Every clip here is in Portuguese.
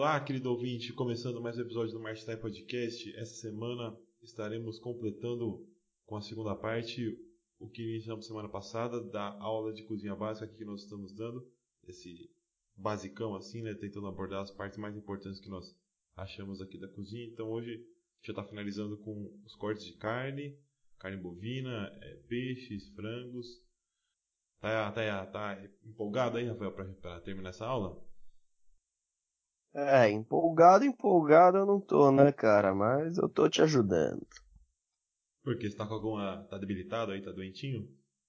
Olá, querido ouvinte, começando mais um episódio do Marchtai Podcast. Essa semana estaremos completando com a segunda parte o que iniciamos semana passada da aula de cozinha básica que nós estamos dando, esse basicão assim, né, tentando abordar as partes mais importantes que nós achamos aqui da cozinha. Então hoje a gente já está finalizando com os cortes de carne bovina, peixes, frangos. Tá empolgado aí, Rafael, para terminar essa aula? Empolgado eu não tô, né, cara? Mas eu tô te ajudando. Porque você tá com alguma. Tá debilitado aí, tá doentinho?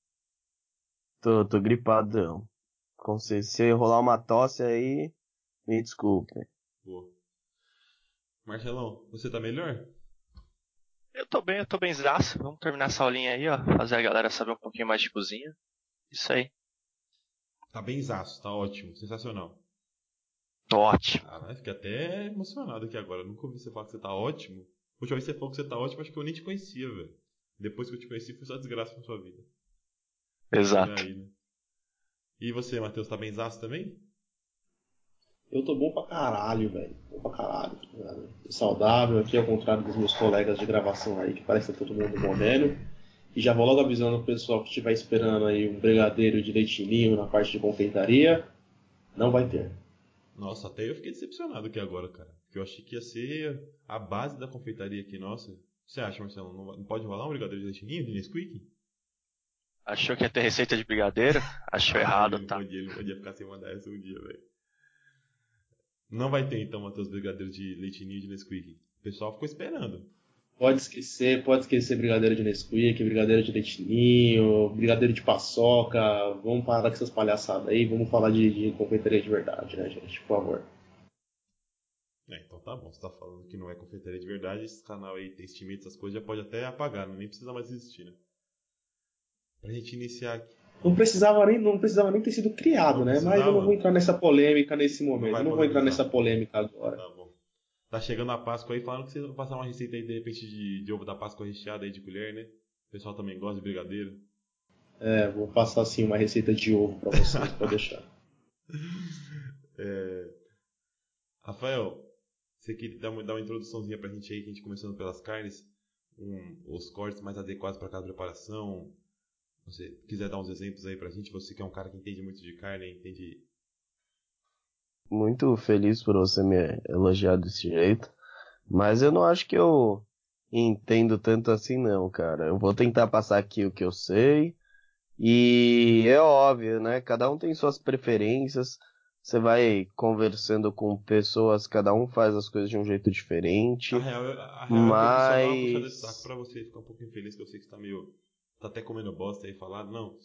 Tô gripadão. Se rolar uma tosse aí, me desculpe. Boa. Marcelão, você tá melhor? Eu tô benzaço. Vamos terminar essa aulinha aí, ó. Fazer a galera saber um pouquinho mais de cozinha. Isso aí. Tá benzaço, tá ótimo, sensacional. Tô ótimo. Caralho, fiquei até emocionado aqui agora. Nunca ouvi você falar que você tá ótimo. A última vez que você falou que você tá ótimo, acho que eu nem te conhecia, velho. Depois que eu te conheci, foi só desgraça na sua vida. E Exato. aí, né? E você, Matheus, tá benzaço também? Eu tô bom pra caralho, velho. Bom pra caralho. Tá ligado? Tô saudável aqui, ao contrário dos meus colegas de gravação aí, que parece que tá todo mundo morrendo. E já vou logo avisando o pessoal que estiver esperando aí um brigadeiro de leite ninho na parte de confeitaria. Não vai ter. Nossa, até eu fiquei decepcionado aqui agora, cara. Porque eu achei que ia ser a base da confeitaria aqui, nossa. O que você acha, Marcelo? Não pode rolar um brigadeiro de leite ninho de Nesquik? Achou que ia ter receita de brigadeiro? Achou errado, Ele tá? não podia ficar sem mandar essa um dia, velho. Não vai ter então, Matheus, brigadeiro de leite ninho de Nesquik. O pessoal ficou esperando. Pode esquecer brigadeiro de Nesquik, brigadeiro de leite ninho, brigadeiro de paçoca. Vamos parar com essas palhaçadas aí, vamos falar de confeitaria de verdade, né, gente? Por favor. Então tá bom, você tá falando que não é confeitaria de verdade, esse canal aí tem Steam, essas coisas, já pode até apagar, nem precisa mais existir, né? Pra gente iniciar aqui. Não precisava nem ter sido criado, Não né? Mas eu não vou precisava? entrar nessa polêmica nesse Não momento. vai Eu não vou entrar polemizar. nessa polêmica agora. Tá bom. Tá chegando a Páscoa aí, falando que vocês vão passar uma receita aí de repente de ovo da Páscoa recheada aí de colher, né? O pessoal também gosta de brigadeiro. Vou passar assim uma receita de ovo pra vocês, pode deixar. Rafael, você queria dar uma introduçãozinha pra gente aí, que a gente começando pelas carnes, os cortes mais adequados para cada preparação. Se você quiser dar uns exemplos aí pra gente, você que é um cara que entende muito de carne, entende. Muito feliz por você me elogiar desse jeito. Mas eu não acho que eu entendo tanto assim não, cara. Eu vou tentar passar aqui o que eu sei. E é óbvio, né? Cada um tem suas preferências. Você vai conversando com pessoas, cada um faz as coisas de um jeito diferente. A real é que eu quis só dar uma puxada de saco Mas pra você ficar um pouco infeliz, que eu sei que você tá meio. Tá até comendo bosta aí falar. Não.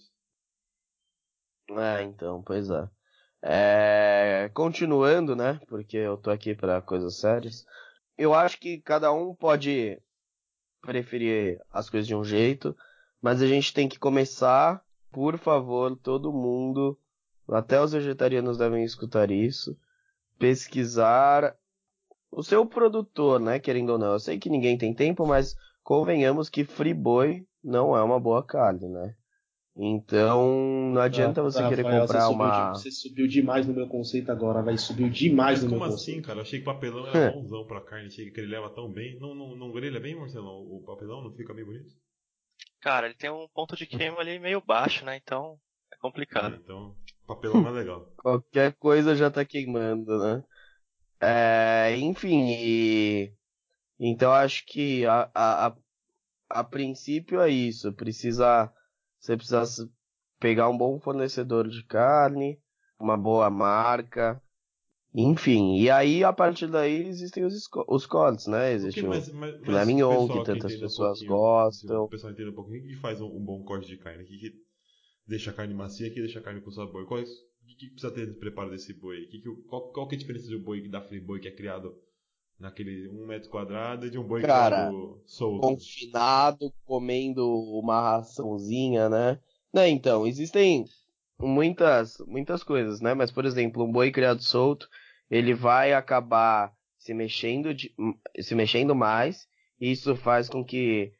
então, pois é. Continuando, né? Porque eu tô aqui para coisas sérias. Eu acho que cada um pode preferir as coisas de um jeito, mas a gente tem que começar, por favor, todo mundo, até os vegetarianos devem escutar isso, pesquisar o seu produtor, né? Querendo ou não. Eu sei que ninguém tem tempo, mas convenhamos que friboi não é uma boa carne, né? Então, não adianta você querer Rafael, comprar uma. você subiu demais no meu conceito agora, vai subiu demais Mas no meu como assim, conceito. cara? Eu achei que o papelão era bonzão pra carne. Achei que ele leva tão bem. Não grelha bem, Marcelão? O papelão não fica bem bonito? Cara, ele tem um ponto de queima ali meio baixo, né? Então é complicado. Então, papelão não é legal. Qualquer coisa já tá queimando, né? Enfim, então acho que a princípio é isso. Você precisa pegar um bom fornecedor de carne, uma boa marca, enfim. E aí, a partir daí, existem os cortes, né? O que, Existe o filé mas o mignon, que pessoal que tantas entende um pessoas pouquinho, se o gostam. pessoal entende um pouquinho, o que faz um bom corte de carne? O que deixa a carne macia e o que deixa a carne com sabor? O que precisa ter no preparo desse boi? Qual que é a diferença do boi da friboi que é criado naquele 1 metro quadrado e de um boi Cara, criado solto? confinado, comendo uma raçãozinha, né? Né, então, existem muitas coisas, né? Mas, por exemplo, um boi criado solto, ele vai acabar se mexendo mais, e isso faz com que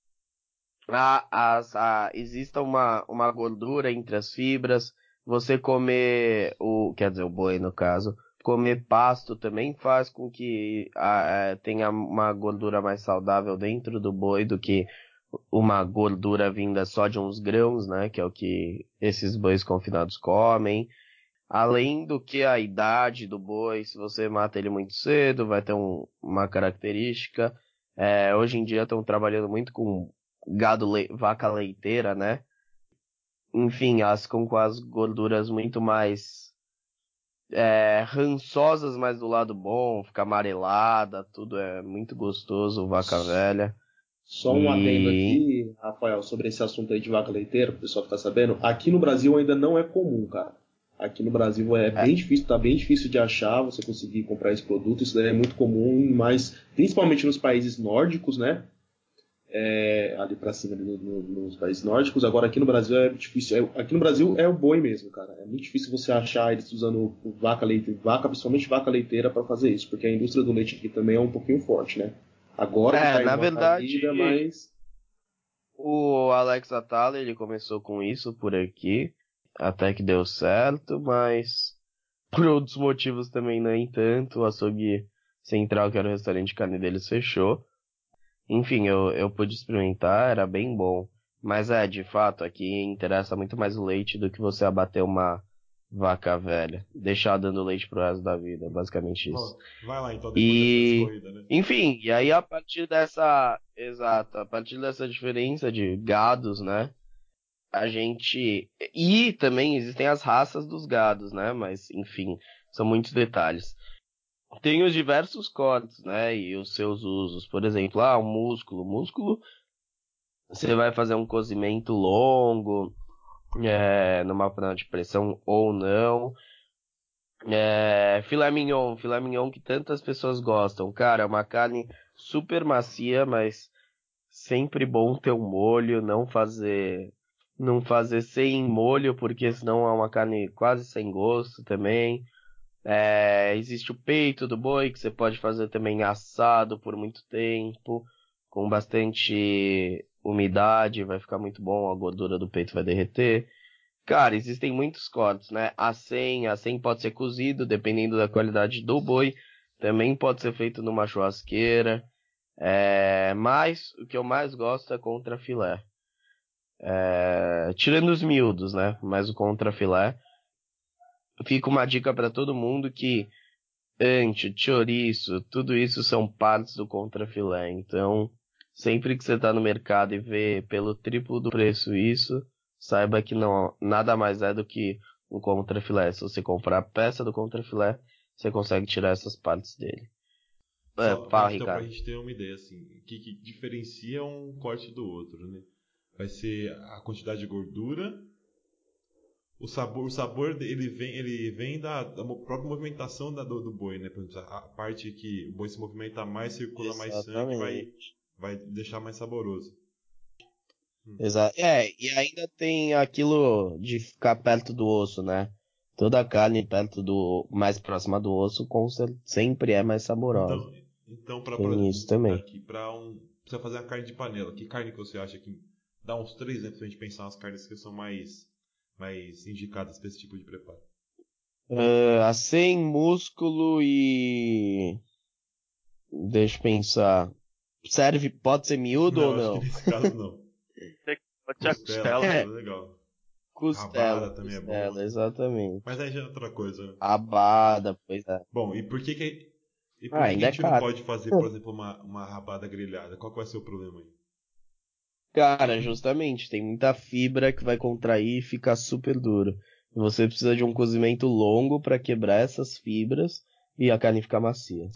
exista uma gordura entre as fibras. Você comer quer dizer, o boi no caso, comer pasto também faz com que tenha uma gordura mais saudável dentro do boi do que uma gordura vinda só de uns grãos, né? Que é o que esses bois confinados comem. Além do que a idade do boi, se você mata ele muito cedo, vai ter uma característica. Hoje em dia estão trabalhando muito com vaca leiteira, né? Enfim, com as gorduras muito mais rançosas, mas do lado bom, fica amarelada, tudo é muito gostoso, vaca velha. Só um adendo aqui, Rafael, sobre esse assunto aí de vaca leiteira, para o pessoal ficar sabendo. Aqui no Brasil ainda não é comum, cara. Aqui no Brasil bem difícil, tá bem difícil de achar, você conseguir comprar esse produto. Isso daí é muito comum, mas principalmente nos países nórdicos, né? Ali pra cima, nos países nórdicos. Agora aqui no Brasil é difícil. Aqui no Brasil é o boi mesmo, cara. É muito difícil você achar eles usando principalmente vaca leiteira para fazer isso, porque a indústria do leite aqui também é um pouquinho forte, né? Agora que tá na verdade, caída, mas o Alex Atala, ele começou com isso por aqui, até que deu certo, mas por outros motivos também nem tanto. O açougue central, que era o restaurante de carne deles, fechou. Enfim, eu pude experimentar, era bem bom. Mas de fato, aqui interessa muito mais o leite do que você abater uma vaca velha. Deixar dando leite pro resto da vida, basicamente isso. Vai lá então, depois dessa corrida, né? Enfim, e aí a partir dessa diferença de gados, né? E também existem as raças dos gados, né? Mas, enfim, são muitos detalhes. Tem os diversos cortes, né? E os seus usos. Por exemplo, o músculo. Músculo, você vai fazer um cozimento longo, numa panela de pressão ou não. Filé mignon que tantas pessoas gostam. Cara, é uma carne super macia, mas sempre bom ter um molho, não fazer sem molho, porque senão é uma carne quase sem gosto também. Existe o peito do boi, que você pode fazer também assado por muito tempo, com bastante umidade, vai ficar muito bom, a gordura do peito vai derreter. Cara, existem muitos cortes, né? A 100 pode ser cozido, dependendo da qualidade do boi. Também pode ser feito numa churrasqueira. Mas o que eu mais gosto é contrafilé. Tirando os miúdos, né? Mas o contrafilé. Fica uma dica para todo mundo que ancho, chouriço, tudo isso são partes do contrafilé. Então, sempre que você tá no mercado e vê pelo triplo do preço isso, saiba que nada mais é do que um contrafilé. Se você comprar a peça do contrafilé, você consegue tirar essas partes dele. Fala, Então, pra Ricardo. gente ter uma ideia, assim, o que diferencia um corte do outro, né? Vai ser a quantidade de gordura, o sabor ele vem da própria movimentação do boi, né? Por exemplo, a parte que o boi se movimenta mais, circula mais sangue, vai deixar mais saboroso. Exato. E ainda tem aquilo de ficar perto do osso, né? Toda a carne perto mais próxima do osso sempre é mais saborosa. Então Tem isso também. aqui, precisa fazer uma carne de panela. Que carne que você acha que dá uns 3 exemplos pra gente pensar nas carnes que são mais indicadas para esse tipo de preparo? A sem músculo e... Deixa eu pensar. Pode ser miúdo ou Acho não? que nesse caso não. Pode ser a costela. É legal. Rabada também é bom. Exatamente. Mas aí já é outra coisa, né? Rabada, pois é. Bom, e por que Ainda a é gente não caro. pode fazer, por exemplo, uma rabada grelhada? Qual que vai ser o problema aí? Cara, justamente, tem muita fibra que vai contrair e ficar super duro. Você precisa de um cozimento longo para quebrar essas fibras e a carne ficar macia.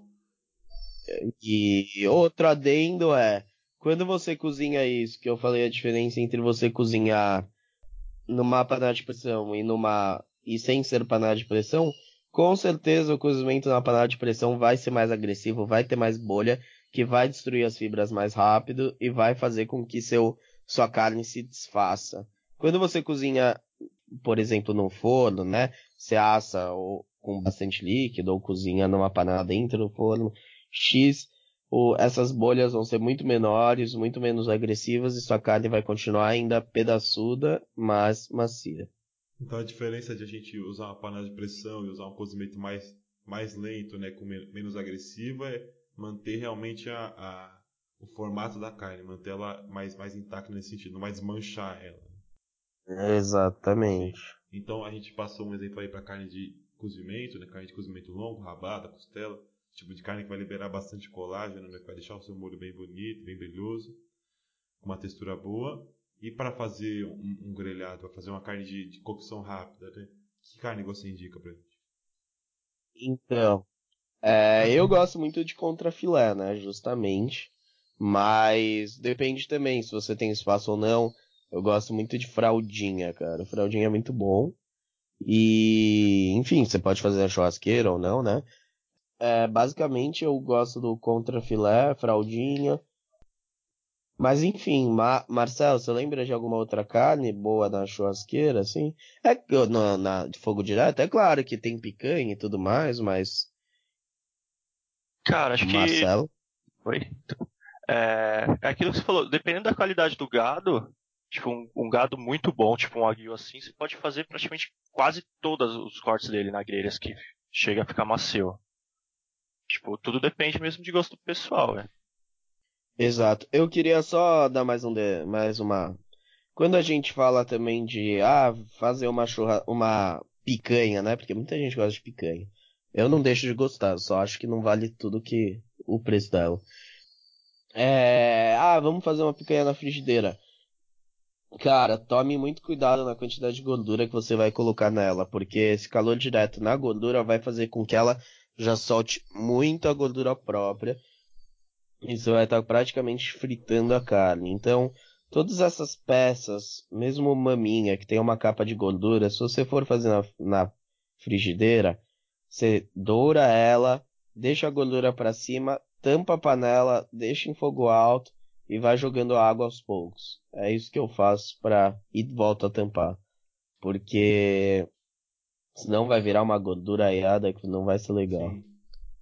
E outro adendo quando você cozinha isso, que eu falei a diferença entre você cozinhar numa panela de pressão e sem ser panela de pressão, com certeza o cozimento na panela de pressão vai ser mais agressivo, vai ter mais bolha, que vai destruir as fibras mais rápido e vai fazer com que sua carne se desfaça. Quando você cozinha, por exemplo, no forno, né? Você assa com bastante líquido ou cozinha numa panela dentro do forno X, essas bolhas vão ser muito menores, muito menos agressivas e sua carne vai continuar ainda pedaçuda, mas macia. Então a diferença de a gente usar uma panela de pressão e usar um cozimento mais mais lento, né, com menos agressivo, é manter realmente o formato da carne, manter ela mais intacta nesse sentido, não vai desmanchar ela. Exatamente. Então a gente passou um exemplo aí para carne de cozimento, né, carne de cozimento longo, rabada, costela, tipo de carne que vai liberar bastante colágeno, né, que vai deixar o seu molho bem bonito, bem brilhoso, com uma textura boa. E para fazer um grelhado, para fazer uma carne de cocção rápida, né, que carne você indica pra gente? Então, eu gosto muito de contrafilé, né? Justamente. Mas depende também se você tem espaço ou não. Eu gosto muito de fraldinha, cara. Fraldinha é muito bom. E, enfim, você pode fazer na churrasqueira ou não, né? Basicamente eu gosto do contrafilé, fraldinha. Mas enfim, Marcelo, você lembra de alguma outra carne boa na churrasqueira, assim? De fogo direto? É claro que tem picanha e tudo mais, mas. Cara, acho que. Marcelo? Oi? É aquilo que você falou, dependendo da qualidade do gado, tipo, um gado muito bom, tipo um aguil assim, você pode fazer praticamente quase todos os cortes dele na grelha, que chega a ficar macio. Tipo, tudo depende mesmo de gosto pessoal, né? Exato. Eu queria só dar mais uma. Quando a gente fala também de fazer uma picanha, né? Porque muita gente gosta de picanha. Eu não deixo de gostar, só acho que não vale tudo que o preço dela. Vamos fazer uma picanha na frigideira. Cara, tome muito cuidado na quantidade de gordura que você vai colocar nela, porque esse calor direto na gordura vai fazer com que ela já solte muita gordura própria. E você vai estar praticamente fritando a carne. Então, todas essas peças, mesmo maminha, que tem uma capa de gordura, se você for fazer na frigideira, você doura ela, deixa a gordura para cima, tampa a panela, deixa em fogo alto e vai jogando água aos poucos. É isso que eu faço para ir de volta a tampar. Porque senão vai virar uma gordura aiada que não vai ser legal. Sim.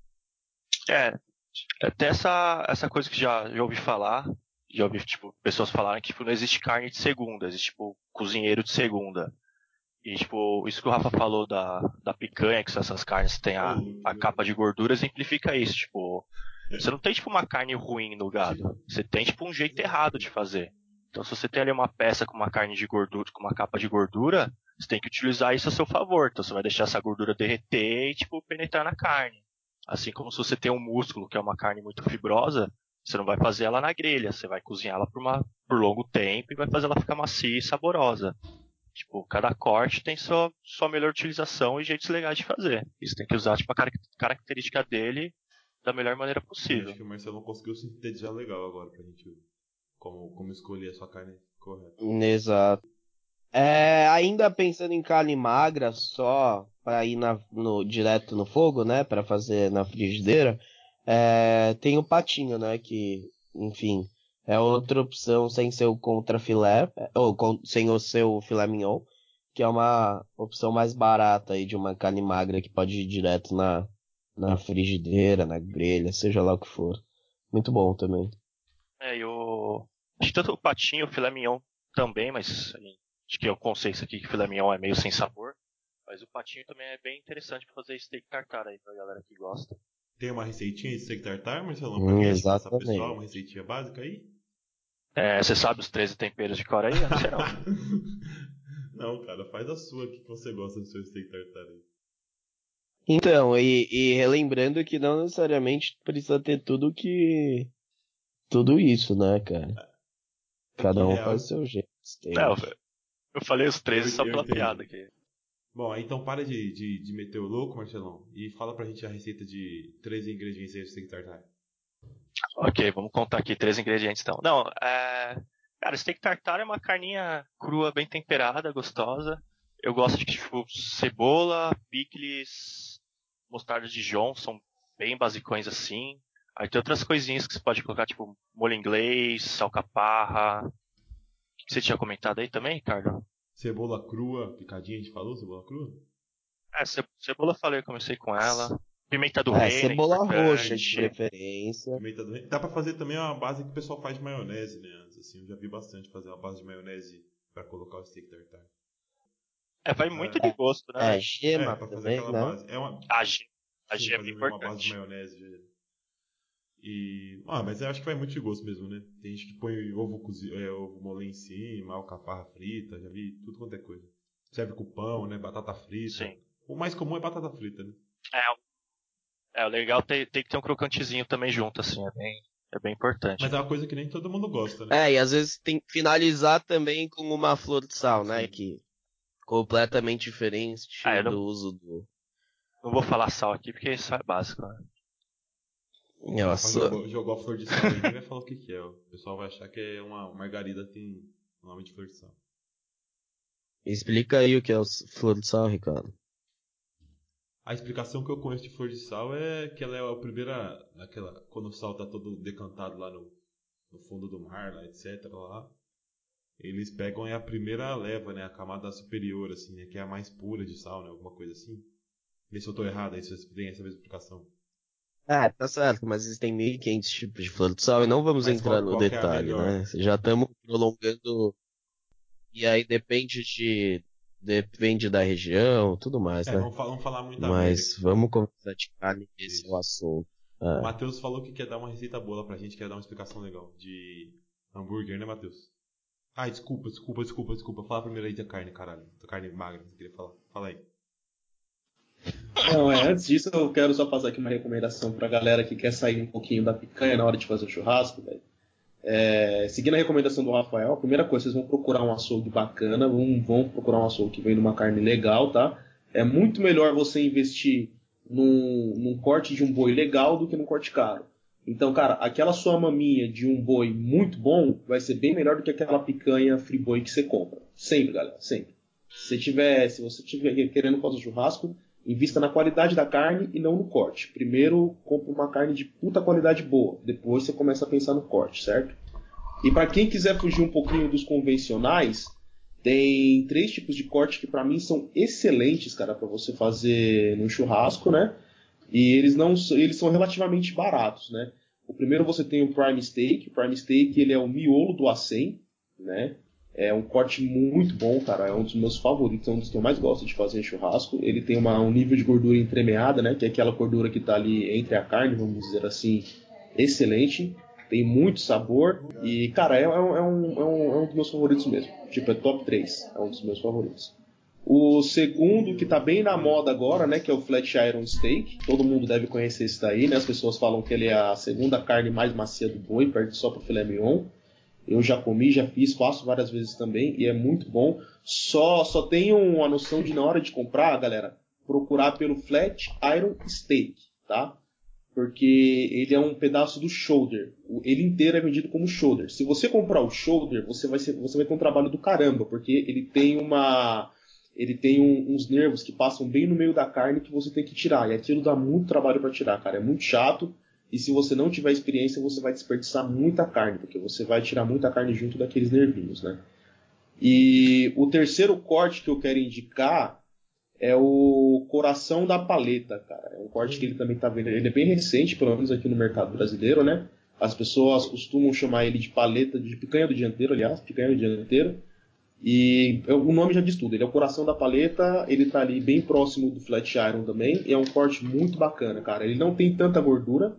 É, até essa coisa que já ouvi falar, já ouvi, tipo, pessoas falarem que tipo, não existe carne de segunda, existe, tipo, cozinheiro de segunda. E, tipo, isso que o Rafa falou da picanha, que são essas carnes que tem a capa de gordura, exemplifica isso, tipo, você não tem, tipo, uma carne ruim no gado, você tem, tipo, um jeito errado de fazer. Então, se você tem ali uma peça com uma carne de gordura, com uma capa de gordura, você tem que utilizar isso a seu favor. Então, você vai deixar essa gordura derreter e, tipo, penetrar na carne. Assim como se você tem um músculo, que é uma carne muito fibrosa, você não vai fazer ela na grelha, você vai cozinhar ela por longo tempo e vai fazer ela ficar macia e saborosa. Tipo, cada corte tem sua melhor utilização e jeitos legais de fazer. Isso tem que usar, tipo, a característica dele da melhor maneira Sim, acho possível. que o Marcelo conseguiu sintetizar legal agora pra gente como escolher a sua carne correta. Exato. Ainda pensando em carne magra, só para ir direto no fogo, né? Para fazer na frigideira, tem o patinho, né? Que, enfim, é outra opção sem ser o contrafilé, sem o seu filé mignon, que é uma opção mais barata aí de uma carne magra que pode ir direto na frigideira, na grelha, seja lá o que for. Muito bom também. Acho que tanto o patinho, o filé mignon também, mas acho que é o conceito aqui que o filé mignon é meio sem sabor. Mas o patinho também é bem interessante para fazer steak tartar aí pra galera que gosta. Tem uma receitinha de steak tartar, Marcelão, pra gente passar pro pessoal? Uma Exatamente. receitinha básica aí? Você sabe os 13 temperos de cor aí? Eu não sei não. Não, cara, faz a sua que você gosta do seu steak tartar aí. Então, e relembrando que não necessariamente precisa ter tudo isso, né, cara? É que Cada um real. faz o seu jeito, Não, steak. eu falei os Eu, 13 só eu pela piada entendo. aqui. Bom, então para de meter o louco, Marcelão, e fala pra gente a receita de 13 ingredientes aí do steak tartar. Ok, vamos contar aqui 13 ingredientes então. Não, cara, steak tartar é uma carninha crua, bem temperada, gostosa. Eu gosto de tipo cebola, picles, mostarda de Dijon, são bem basicões assim. Aí tem outras coisinhas que você pode colocar, tipo molho inglês, alcaparra. O que você tinha comentado aí também, Ricardo? Cebola crua, picadinha, a gente falou cebola crua? Cebola eu falei, eu comecei com ela. Pimenta do reino é Cebola roxa de Isso. importante. preferência. Pimenta do reino. Dá pra fazer também uma base que o pessoal faz de maionese, né? Assim, eu já vi bastante fazer uma base de maionese pra colocar o steak tartar. Vai muito de gosto, né, velho? Gema Pra fazer também, aquela né? base. É uma, A gema. A Sim, gema é fazer uma base de importante. maionese. Mas eu acho que vai muito de gosto mesmo, né? Tem gente que põe ovo mole em cima, alcaparra frita, já vi tudo quanto é coisa. Serve com pão, né? Batata frita. Sim. O mais comum é batata frita, né? O legal tem que ter um crocantezinho também junto, assim, é bem importante. Mas é uma coisa que nem todo mundo gosta, né? E às vezes tem que finalizar também com uma flor de sal, né? Sim. Que completamente diferente Eu do uso do. não vou falar sal aqui porque isso é básico, né? O Rafa Nossa. jogou a flor de sal aí, nem vai falar o que é. O pessoal vai achar que é uma margarida tem o nome de flor de sal. Explica aí o que é o flor de sal, Ricardo. A explicação que eu conheço de flor de sal é que ela é a primeira, quando o sal tá todo decantado lá no fundo do mar, lá, etc. Lá, eles pegam a primeira leva, né, a camada superior, assim, né, que é a mais pura de sal, né, alguma coisa assim. Vê se eu tô errado aí, se você tem essa mesma explicação. Tá certo, mas existem 1.500 tipos de flor de sal e não vamos Mas entrar no qual que é a detalhe, melhor? né? Já estamos prolongando. E aí depende da região, tudo mais, né? Vamos falar muita merda Mas aqui. vamos conversar de carne, esse é o Isso. assunto. O Matheus falou que quer dar uma receita boa pra gente, quer dar uma explicação legal de hambúrguer, né, Matheus? Desculpa. Fala primeiro aí da carne, caralho. Da carne magra, você queria falar. Fala aí. Não, antes disso eu quero só passar aqui uma recomendação pra galera que quer sair um pouquinho da picanha na hora de fazer o churrasco, velho. Seguindo a recomendação do Rafael, a primeira coisa, vocês vão procurar um açougue bacana, vão procurar um açougue que vem numa carne legal, tá? É muito melhor você investir num corte de um boi legal do que num corte caro. Então, cara, aquela sua maminha de um boi muito bom vai ser bem melhor do que aquela picanha friboi que você compra. Sempre, galera, sempre. Se você estiver querendo fazer churrasco, invista na qualidade da carne e não no corte. Primeiro, compre uma carne de puta qualidade boa. Depois você começa a pensar no corte, certo? E para quem quiser fugir um pouquinho dos convencionais, tem 3 tipos de corte que para mim são excelentes, cara, para você fazer no churrasco, né? E eles são relativamente baratos, né? O primeiro você tem o Prime Steak. O Prime Steak ele é o miolo do acém, né? É um corte muito bom, cara. É um dos meus favoritos, é um dos que eu mais gosto de fazer em churrasco. Ele tem um nível de gordura entremeada, né? Que é aquela gordura que está ali entre a carne, vamos dizer assim, excelente. Tem muito sabor e, cara, é um dos meus favoritos mesmo. Tipo, é top 3. É um dos meus favoritos. O segundo, que tá bem na moda agora, né, que é o Flat Iron Steak. Todo mundo deve conhecer esse daí, né? As pessoas falam que ele é a segunda carne mais macia do boi, perto só pro filé mignon. Eu já comi, já fiz, faço várias vezes também e é muito bom. Só tenham a noção de, na hora de comprar, galera, procurar pelo Flat Iron Steak, tá? Porque ele é um pedaço do shoulder. Ele inteiro é vendido como shoulder. Se você comprar o shoulder, você vai ter um trabalho do caramba, porque ele tem uns nervos que passam bem no meio da carne que você tem que tirar. E aquilo dá muito trabalho para tirar, cara. É muito chato. E se você não tiver experiência, você vai desperdiçar muita carne, porque você vai tirar muita carne junto daqueles nervinhos, né? E o terceiro corte que eu quero indicar é o coração da paleta, cara. É um corte que ele também tá vendo. Ele é bem recente, pelo menos aqui no mercado brasileiro, né? As pessoas costumam chamar ele de paleta, de picanha do dianteiro, aliás, picanha do dianteiro. E o nome já diz tudo. Ele é o coração da paleta, ele tá ali bem próximo do Flat Iron também. E é um corte muito bacana, cara. Ele não tem tanta gordura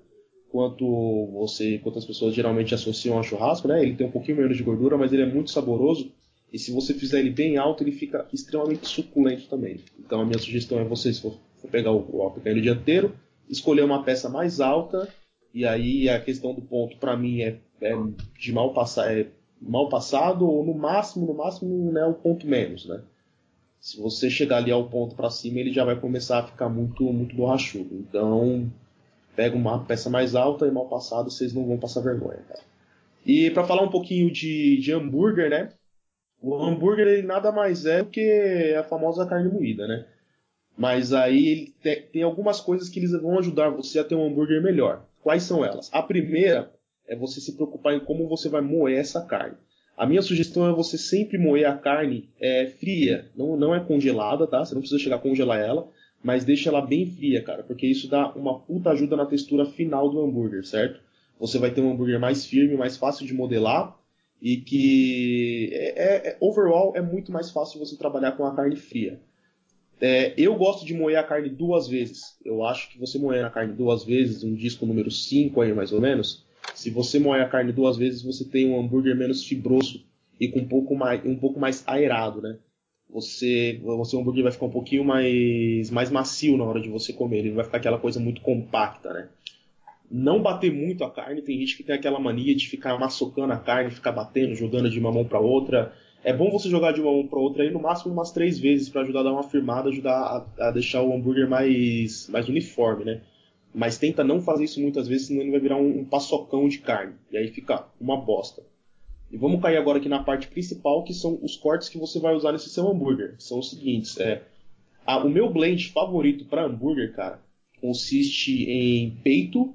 quanto as pessoas geralmente associam ao churrasco, né? Ele tem um pouquinho menos de gordura, mas ele é muito saboroso. E se você fizer ele bem alto, ele fica extremamente suculento também. Então a minha sugestão é você, se for pegar o picanha dianteiro, escolher uma peça mais alta. E aí a questão do ponto, para mim, é de mal passado, ou no máximo, né, o ponto menos, né? Se você chegar ali ao ponto para cima, ele já vai começar a ficar muito, muito borrachudo. Então, pega uma peça mais alta e mal passado, vocês não vão passar vergonha, cara. E para falar um pouquinho de hambúrguer, né? O hambúrguer ele nada mais é do que a famosa carne moída, né? Mas aí ele tem algumas coisas que eles vão ajudar você a ter um hambúrguer melhor. Quais são elas? A primeira é você se preocupar em como você vai moer essa carne. A minha sugestão é você sempre moer a carne fria, não é congelada, tá? Você não precisa chegar a congelar ela, mas deixa ela bem fria, cara, porque isso dá uma puta ajuda na textura final do hambúrguer, certo? Você vai ter um hambúrguer mais firme, mais fácil de modelar e que overall é muito mais fácil você trabalhar com a carne fria. Eu gosto de moer a carne 2 vezes. Eu acho que você moer a carne 2 vezes, um disco número 5 aí mais ou menos, se você moer a carne 2 vezes, você tem um hambúrguer menos fibroso e com um pouco mais aerado, né? O hambúrguer vai ficar um pouquinho mais macio na hora de você comer. Ele vai ficar aquela coisa muito compacta, né? Não bater muito a carne. Tem gente que tem aquela mania de ficar maçocando a carne, ficar batendo, jogando de uma mão para outra. É bom você jogar de uma mão para outra aí no máximo umas 3 vezes para ajudar a dar uma firmada, ajudar a deixar o hambúrguer mais uniforme, né? Mas tenta não fazer isso muitas vezes, senão ele vai virar um paçocão de carne. E aí fica uma bosta. E vamos cair agora aqui na parte principal, que são os cortes que você vai usar nesse seu hambúrguer. São os seguintes. O meu blend favorito para hambúrguer, cara, consiste em peito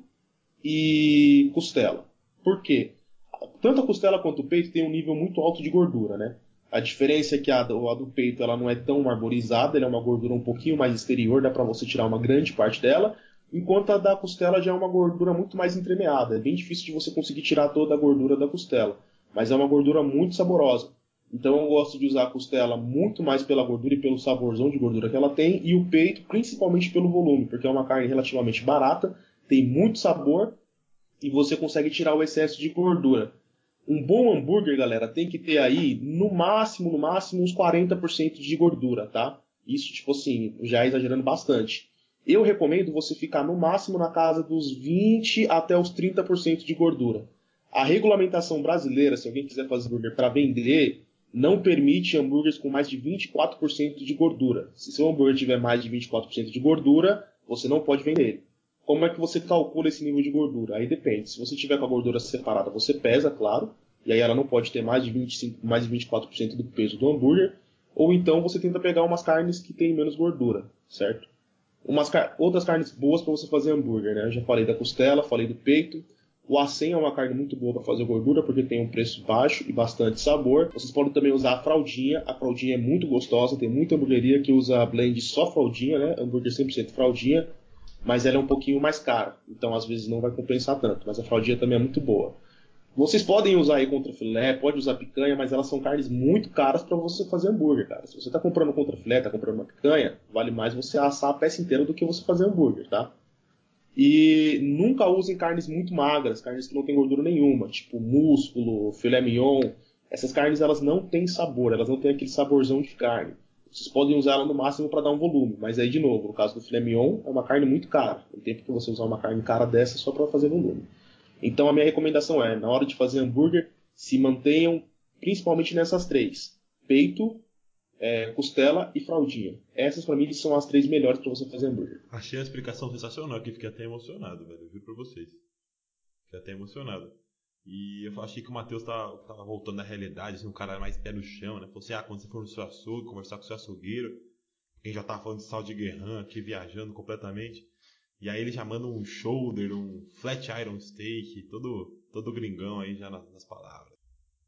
e costela. Por quê? Tanto a costela quanto o peito tem um nível muito alto de gordura, né? A diferença é que a do peito ela não é tão marmorizada, ela é uma gordura um pouquinho mais exterior, dá para você tirar uma grande parte dela, enquanto a da costela já é uma gordura muito mais entremeada. É bem difícil de você conseguir tirar toda a gordura da costela, mas é uma gordura muito saborosa. Então eu gosto de usar a costela muito mais pela gordura e pelo saborzão de gordura que ela tem, e o peito principalmente pelo volume, porque é uma carne relativamente barata, tem muito sabor e você consegue tirar o excesso de gordura. Um bom hambúrguer, galera, tem que ter aí, no máximo, uns 40% de gordura, tá? Isso, tipo assim, já exagerando bastante. Eu recomendo você ficar no máximo na casa dos 20 até os 30% de gordura. A regulamentação brasileira, se alguém quiser fazer hambúrguer para vender, não permite hambúrgueres com mais de 24% de gordura. Se seu hambúrguer tiver mais de 24% de gordura, você não pode vender ele. Como é que você calcula esse nível de gordura? Aí depende. Se você tiver com a gordura separada, você pesa, claro, e aí ela não pode ter mais de 24% do peso do hambúrguer, ou então você tenta pegar umas carnes que têm menos gordura, certo? Outras carnes boas para você fazer hambúrguer, né? Eu já falei da costela, falei do peito. O acém é uma carne muito boa para fazer gordura, porque tem um preço baixo e bastante sabor. Vocês podem também usar a fraldinha. A fraldinha é muito gostosa, tem muita hambúrgueria que usa blend só fraldinha, né? Hambúrguer 100% fraldinha, mas ela é um pouquinho mais cara, então às vezes não vai compensar tanto, mas a fraldinha também é muito boa. Vocês podem usar aí contrafilé, pode usar picanha, mas elas são carnes muito caras para você fazer hambúrguer, cara. Se você está comprando contrafilé, está comprando uma picanha, vale mais você assar a peça inteira do que você fazer hambúrguer, tá? E nunca usem carnes muito magras, carnes que não têm gordura nenhuma, tipo músculo, filé mignon. Essas carnes elas não têm sabor, elas não têm aquele saborzão de carne. Vocês podem usar ela no máximo para dar um volume, mas aí de novo, no caso do filé mignon, é uma carne muito cara. Tem tempo que você usar uma carne cara dessa só para fazer volume. Então a minha recomendação é, na hora de fazer hambúrguer, se mantenham principalmente nessas 3: peito, costela e fraldinha. Essas para mim são as 3 melhores para você fazer hambúrguer. Achei a explicação sensacional aqui, fiquei até emocionado, velho. Eu juro pra vocês. Fiquei até emocionado. E eu achei que o Matheus tava voltando à realidade, assim, um cara mais pé no chão, né? Falou assim, quando você for no seu açougue, conversar com o seu açougueiro, quem já tava falando de sal de guerran aqui, viajando completamente. E aí ele já manda um shoulder, um flat iron steak, todo gringão aí já nas palavras.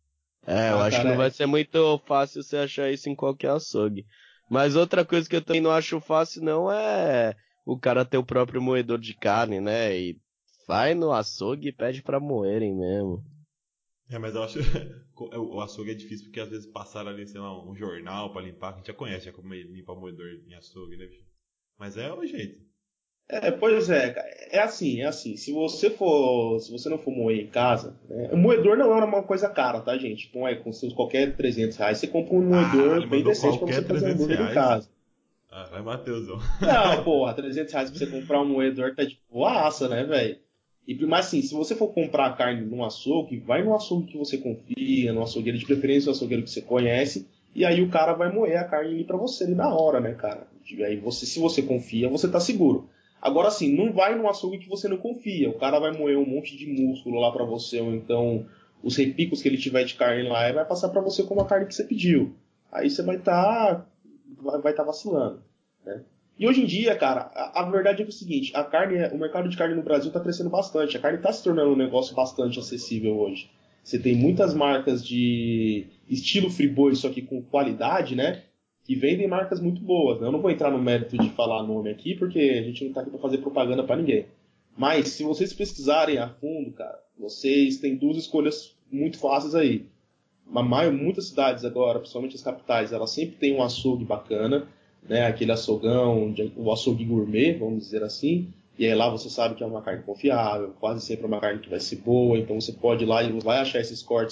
Eu acho que não vai ser muito fácil você achar isso em qualquer açougue. Mas outra coisa que eu também não acho fácil não é o cara ter o próprio moedor de carne, né? E vai no açougue e pede pra moerem mesmo. Mas eu acho o açougue é difícil porque às vezes passaram ali, sei lá, um jornal pra limpar, que a gente já conhece, já como limpar moedor em açougue, né, bicho? Mas é o jeito. Pois é, cara. É assim. Se você não for moer em casa, né? O moedor não é uma coisa cara, tá, gente? Então, com seus qualquer R$300, você compra um moedor bem decente pra você fazer hambúrguer em casa. Vai, Matheusão. Não, porra, R$300 pra você comprar um moedor tá de boaça, né, velho? Mas assim, se você for comprar carne num açougue, vai num açougue que você confia, num açougueiro de preferência, um açougueiro que você conhece, e aí o cara vai moer a carne ali pra você ali na hora, né, cara? E aí se você confia, você tá seguro. Agora assim, não vai num açougue que você não confia. O cara vai moer um monte de músculo lá pra você, ou então os repicos que ele tiver de carne lá, e vai passar pra você como a carne que você pediu. Aí você vai tá vacilando, né? E hoje em dia, cara, a verdade é que é o seguinte, o mercado de carne no Brasil está crescendo bastante. A carne está se tornando um negócio bastante acessível hoje. Você tem muitas marcas de estilo friboi, só que com qualidade, né? Que vendem marcas muito boas, né? Eu não vou entrar no mérito de falar nome aqui, porque a gente não está aqui para fazer propaganda para ninguém. Mas, se vocês pesquisarem a fundo, cara, vocês têm 2 escolhas muito fáceis aí. Muitas cidades agora, principalmente as capitais, elas sempre têm um açougue bacana. né? Aquele açouguão, o açougue gourmet, vamos dizer assim. E aí lá você sabe que é uma carne confiável, quase sempre é uma carne que vai ser boa, então você pode ir lá e vai achar esses cortes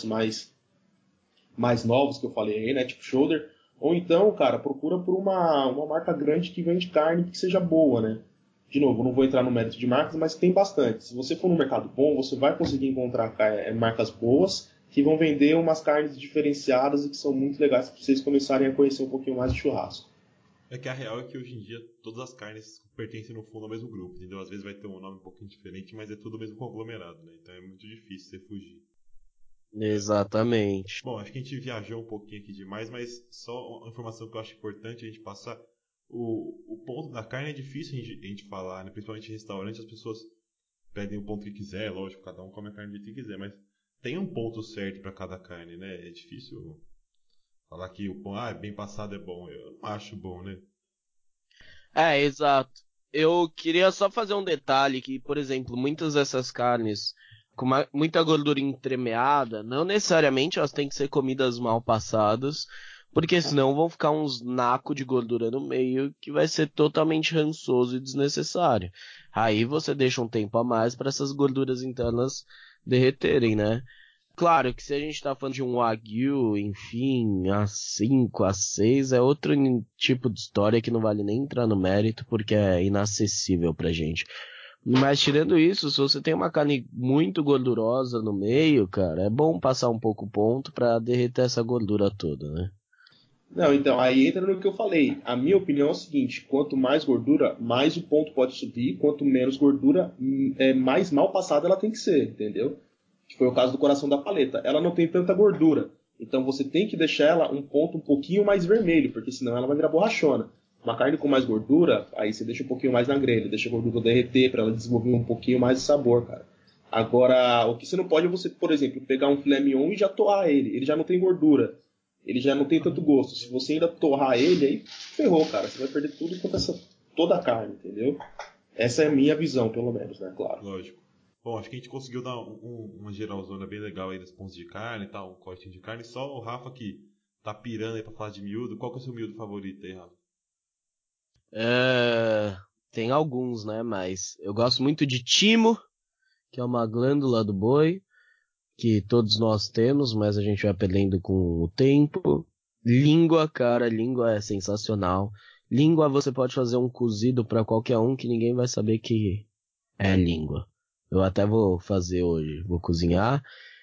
mais novos que eu falei aí, né? Tipo shoulder. Ou então, cara, procura por uma marca grande que vende carne que seja boa, né? De novo, não vou entrar no mérito de marcas, mas tem bastante. Se você for no mercado bom, você vai conseguir encontrar marcas boas que vão vender umas carnes diferenciadas e que são muito legais para vocês começarem a conhecer um pouquinho mais de churrasco. É que a real é que hoje em dia todas as carnes pertencem no fundo ao mesmo grupo, entendeu? Às vezes vai ter um nome um pouquinho diferente, mas é tudo o mesmo conglomerado, né? Então é muito difícil você fugir. Exatamente. Bom, acho que a gente viajou um pouquinho aqui demais, mas só uma informação que eu acho importante a gente passar. O ponto da carne é difícil a gente falar, né? Principalmente em restaurante, as pessoas pedem o ponto que quiser, lógico, cada um come a carne do jeito que quiser, mas tem um ponto certo para cada carne, né? É difícil falar que o pão, bem passado é bom. Eu não acho bom, né? Exato. Eu queria só fazer um detalhe que, por exemplo, muitas dessas carnes com muita gordura entremeada, não necessariamente elas têm que ser comidas mal passadas, porque senão vão ficar uns nacos de gordura no meio que vai ser totalmente rançoso e desnecessário. Aí você deixa um tempo a mais para essas gorduras internas derreterem, né? Claro que se a gente tá falando de um Wagyu, enfim, A5, A6, é outro tipo de história que não vale nem entrar no mérito porque é inacessível pra gente. Mas tirando isso, se você tem uma carne muito gordurosa no meio, cara, é bom passar um pouco o ponto pra derreter essa gordura toda, né? Não, então, aí entra no que eu falei. A minha opinião é o seguinte: quanto mais gordura, mais o ponto pode subir, quanto menos gordura, mais mal passada ela tem que ser, entendeu? Que foi o caso do coração da paleta. Ela não tem tanta gordura, então você tem que deixar ela um ponto um pouquinho mais vermelho, porque senão ela vai virar borrachona. Uma carne com mais gordura, aí você deixa um pouquinho mais na grelha, deixa a gordura derreter para ela desenvolver um pouquinho mais de sabor, cara. Agora, o que você não pode é você, por exemplo, pegar um filé mignon e já torrar ele. Ele já não tem gordura. Ele já não tem tanto gosto. Se você ainda torrar ele, aí ferrou, cara. Você vai perder tudo quanto toda a carne, entendeu? Essa é a minha visão, pelo menos, né? Claro. Lógico. Bom, acho que a gente conseguiu dar uma geralzona bem legal aí dos pontos de carne e tal, um corte de carne. Só o Rafa que tá pirando aí pra falar de miúdo. Qual que é o seu miúdo favorito aí, Rafa? Tem alguns, né? Mas eu gosto muito de timo, que é uma glândula do boi, que todos nós temos, mas a gente vai perdendo com o tempo. Língua, cara, língua é sensacional. Língua você pode fazer um cozido pra qualquer um que ninguém vai saber que é língua. Eu até vou fazer hoje, vou cozinhar.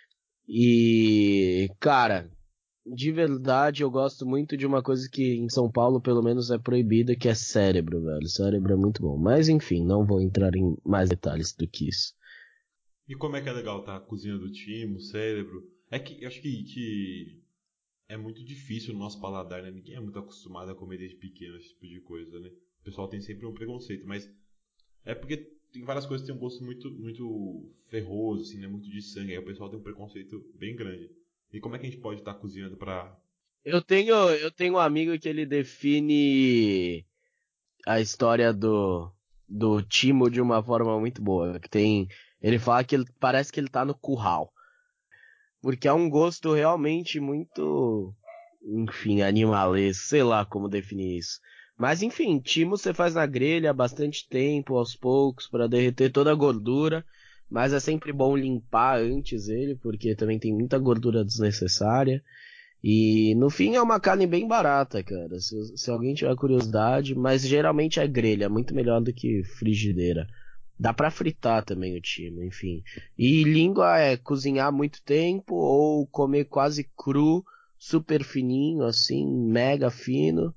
E, cara, de verdade eu gosto muito de uma coisa que em São Paulo pelo menos é proibida, que é cérebro, velho. Cérebro é muito bom. Mas enfim, não vou entrar em mais detalhes do que isso. E como é que é legal tá a cozinha do timo, o cérebro? É que eu acho que é muito difícil no nosso paladar, né? Ninguém é muito acostumado a comer desde pequeno esse tipo de coisa, né? O pessoal tem sempre um preconceito, mas é porque tem várias coisas que têm um gosto muito, muito ferroso, assim, né? Muito de sangue. Aí o pessoal tem um preconceito bem grande. E como é que a gente pode estar cozinhando pra... Eu tenho um amigo que ele define a história do Timo de uma forma muito boa. Ele fala que parece que ele tá no curral. Porque é um gosto realmente muito, enfim, animalesco, sei lá como definir isso. Mas enfim, timo você faz na grelha há bastante tempo, aos poucos, para derreter toda a gordura. Mas é sempre bom limpar antes ele, porque também tem muita gordura desnecessária. E no fim é uma carne bem barata, cara. Se alguém tiver curiosidade, mas geralmente é grelha, muito melhor do que frigideira. Dá pra fritar também o timo, enfim. E língua é cozinhar muito tempo ou comer quase cru, super fininho, assim, mega fino.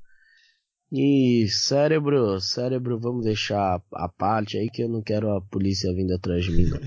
E cérebro, vamos deixar a parte aí que eu não quero a polícia vindo atrás de mim, não.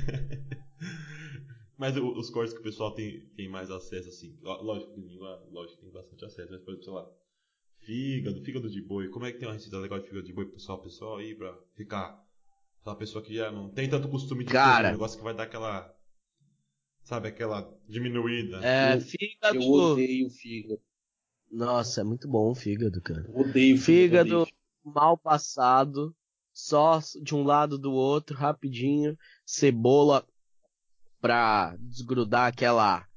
Mas os cortes que o pessoal tem mais acesso, assim, lógico que língua, lógico, tem bastante acesso, mas por exemplo, sei lá, fígado de boi, como é que tem uma receita legal de fígado de boi pro pessoal aí pra ficar, aquela pessoa que já não tem tanto costume de comer, um Cara, negócio que vai dar aquela, sabe, aquela diminuída. Eu fígado. odeio fígado. Nossa, é muito bom o fígado, cara. Eu odeio fígado, odeio Fígado fígado. mal passado, só de um lado do outro, rapidinho. Cebola pra desgrudar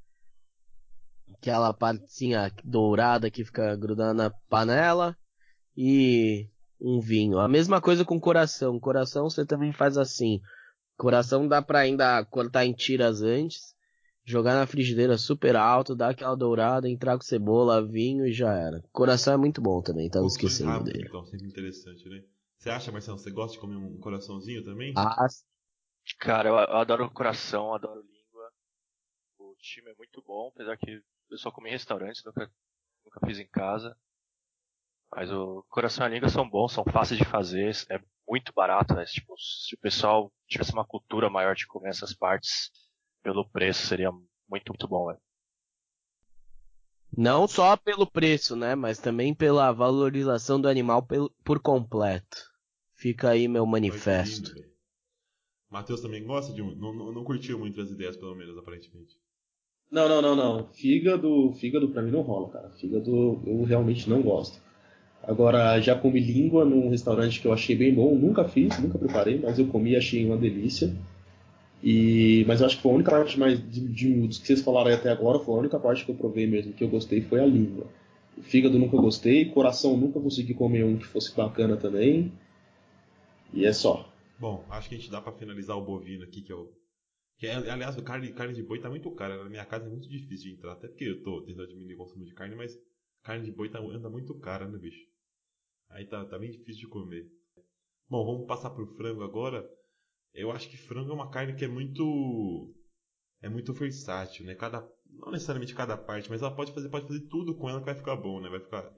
aquela partezinha dourada que fica grudando na panela. e um vinho. A mesma coisa com coração. Coração você também faz assim. Coração dá pra ainda cortar em tiras antes, jogar na frigideira super alto, dar aquela dourada, entrar com cebola, vinho e já era. Coração é muito bom também, tava Cocções esquecendo rápidos, dele. então, sempre interessante, né? Você acha, Marcelo, você gosta de comer um coraçãozinho também? Ah, Cara, eu adoro coração, adoro língua. O time é muito bom, apesar que eu só comi em restaurantes, nunca fiz em casa. Mas o coração e a língua são bons, são fáceis de fazer, é muito barato, né? Tipo, se o pessoal tivesse uma cultura maior de comer essas partes, pelo preço seria muito bom, velho. não só pelo preço, né, mas também pela valorização do animal por completo. Fica aí meu Olha que manifesto. lindo, velho. Matheus também gosta de um. Não curtiu muito as ideias, pelo menos, aparentemente. Não. Fígado pra mim não rola, cara. Fígado eu realmente não gosto. Agora, já comi língua num restaurante que eu achei bem bom. Nunca fiz, nunca preparei, mas eu comi e achei uma delícia. Mas eu acho que foi a única parte mais dos que vocês falaram aí até agora, foi a única parte que eu provei mesmo que eu gostei foi a língua. O fígado nunca gostei, coração nunca consegui comer um que fosse bacana também. E é só. Bom, acho que a gente dá pra finalizar o bovino aqui, que é o. Aliás, o carne de boi tá muito cara. Na minha casa é muito difícil de entrar. Até porque eu tô tentando diminuir o consumo de carne, mas carne de boi anda muito cara, né, bicho? Aí tá bem difícil de comer. Bom, vamos passar pro frango agora. Eu acho que frango é uma carne que é muito versátil, né? Não necessariamente cada parte, mas ela pode fazer tudo com ela que vai ficar bom, né?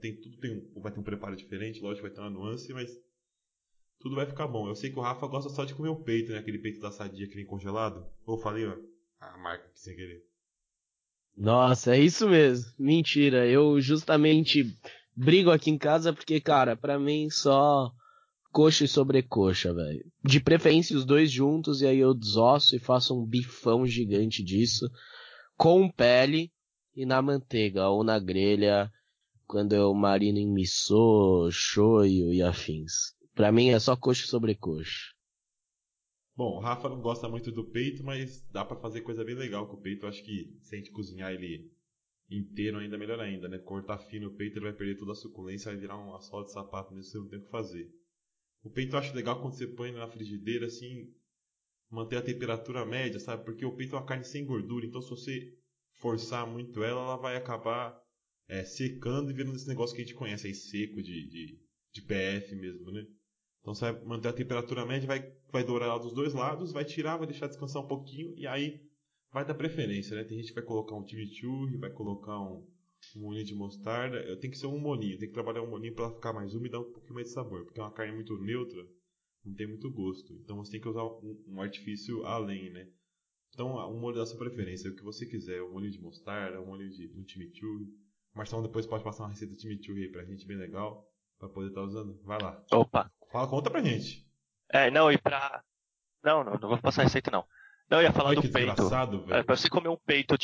Vai ter um preparo diferente, lógico, vai ter uma nuance, mas tudo vai ficar bom. Eu sei que o Rafa gosta só de comer o peito, né? Aquele peito da sadia que vem congelado. Ou falei, ó, a marca aqui sem querer. Nossa, é isso mesmo. Mentira, eu justamente brigo aqui em casa porque, cara, pra mim só coxa e sobrecoxa, velho. De preferência os dois juntos e aí eu desosso e faço um bifão gigante disso, com pele e na manteiga ou na grelha, quando eu marino em missô, shoyu e afins. Pra mim é só coxa e sobrecoxa. Bom, o Rafa não gosta muito do peito, mas dá pra fazer coisa bem legal com o peito. Eu acho que se a gente cozinhar ele inteiro ainda melhor ainda, né? Cortar fino o peito, ele vai perder toda a suculência, vai virar uma sola de sapato mesmo, você não tem o que fazer. O peito eu acho legal quando você põe na frigideira, assim, manter a temperatura média, sabe? Porque o peito é uma carne sem gordura, então se você forçar muito ela, ela vai acabar secando e virando esse negócio que a gente conhece aí, seco de PF mesmo, né? Então você vai manter a temperatura média, vai dourar ela dos dois lados, vai tirar, vai deixar descansar um pouquinho e aí vai dar preferência, né? Tem gente que vai colocar um chimichurri, vai colocar um molhinho de mostarda. Tem que ser um molhinho, tem que trabalhar um molhinho para ela ficar mais úmida e dar um pouquinho mais de sabor, porque é uma carne muito neutra, não tem muito gosto. Então você tem que usar um artifício além, né? Então um molho da sua preferência, o que você quiser, um molho de mostarda, um chimichurri. O Marcelo depois pode passar uma receita de chimichurri aí pra gente, bem legal, pra poder estar usando. Vai lá. Opa. Conta pra gente. Não, e pra. Não vou passar receita não. Não, eu ia falar Olha do que peito. desgraçado, velho. Pra você comer um peito,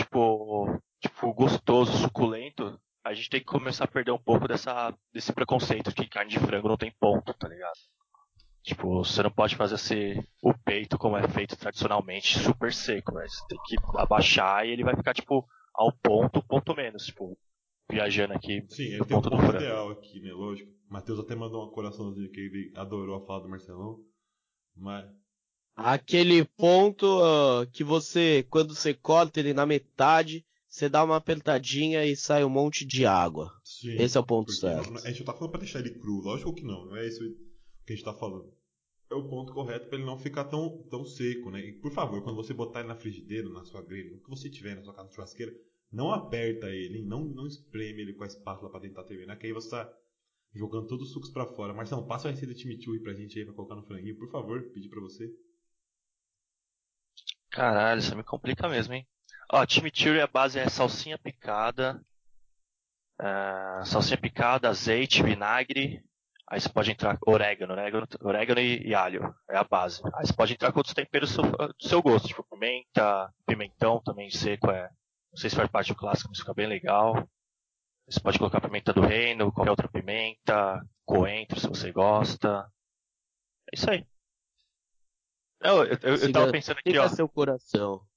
tipo, gostoso, suculento, a gente tem que começar a perder um pouco desse preconceito que carne de frango não tem ponto, tá ligado? Tipo, você não pode fazer o peito como é feito tradicionalmente, super seco, né? Você tem que abaixar e ele vai ficar, tipo, ao ponto menos, tipo, viajando aqui Sim, ele no tem um ponto do ponto frango. ideal aqui, né? Lógico. O Matheus até mandou um coraçãozinho que ele adorou a fala do Marcelão. Mas. Aquele ponto que você, quando você corta ele na metade, você dá uma apertadinha e sai um monte de água. Sim. Esse é o ponto Porque certo. a gente não tá falando pra deixar ele cru. Lógico que não. Não é isso que a gente tá falando. É o ponto correto pra ele não ficar tão seco, né? E por favor, quando você botar ele na frigideira, na sua grelha, o que você tiver na sua casa churrasqueira, não aperta ele, hein? Não espreme ele com a espátula pra tentar terminar, que aí você tá jogando todos os sucos pra fora. Marcelo, passa a receita de chimichurri pra gente aí pra colocar no franguinho, por favor, pedir pra você. Caralho, isso me complica mesmo, hein? Ó, chimichurri, a base é salsinha picada, azeite, vinagre. Aí você pode entrar orégano e alho, é a base. Aí você pode entrar com outros temperos do seu gosto, tipo pimenta, pimentão também seco, não sei se faz parte do clássico, mas fica bem legal. Você pode colocar pimenta do reino, qualquer outra pimenta, coentro se você gosta. É isso aí. Eu tava pensando aqui, Siga ó. seu coração.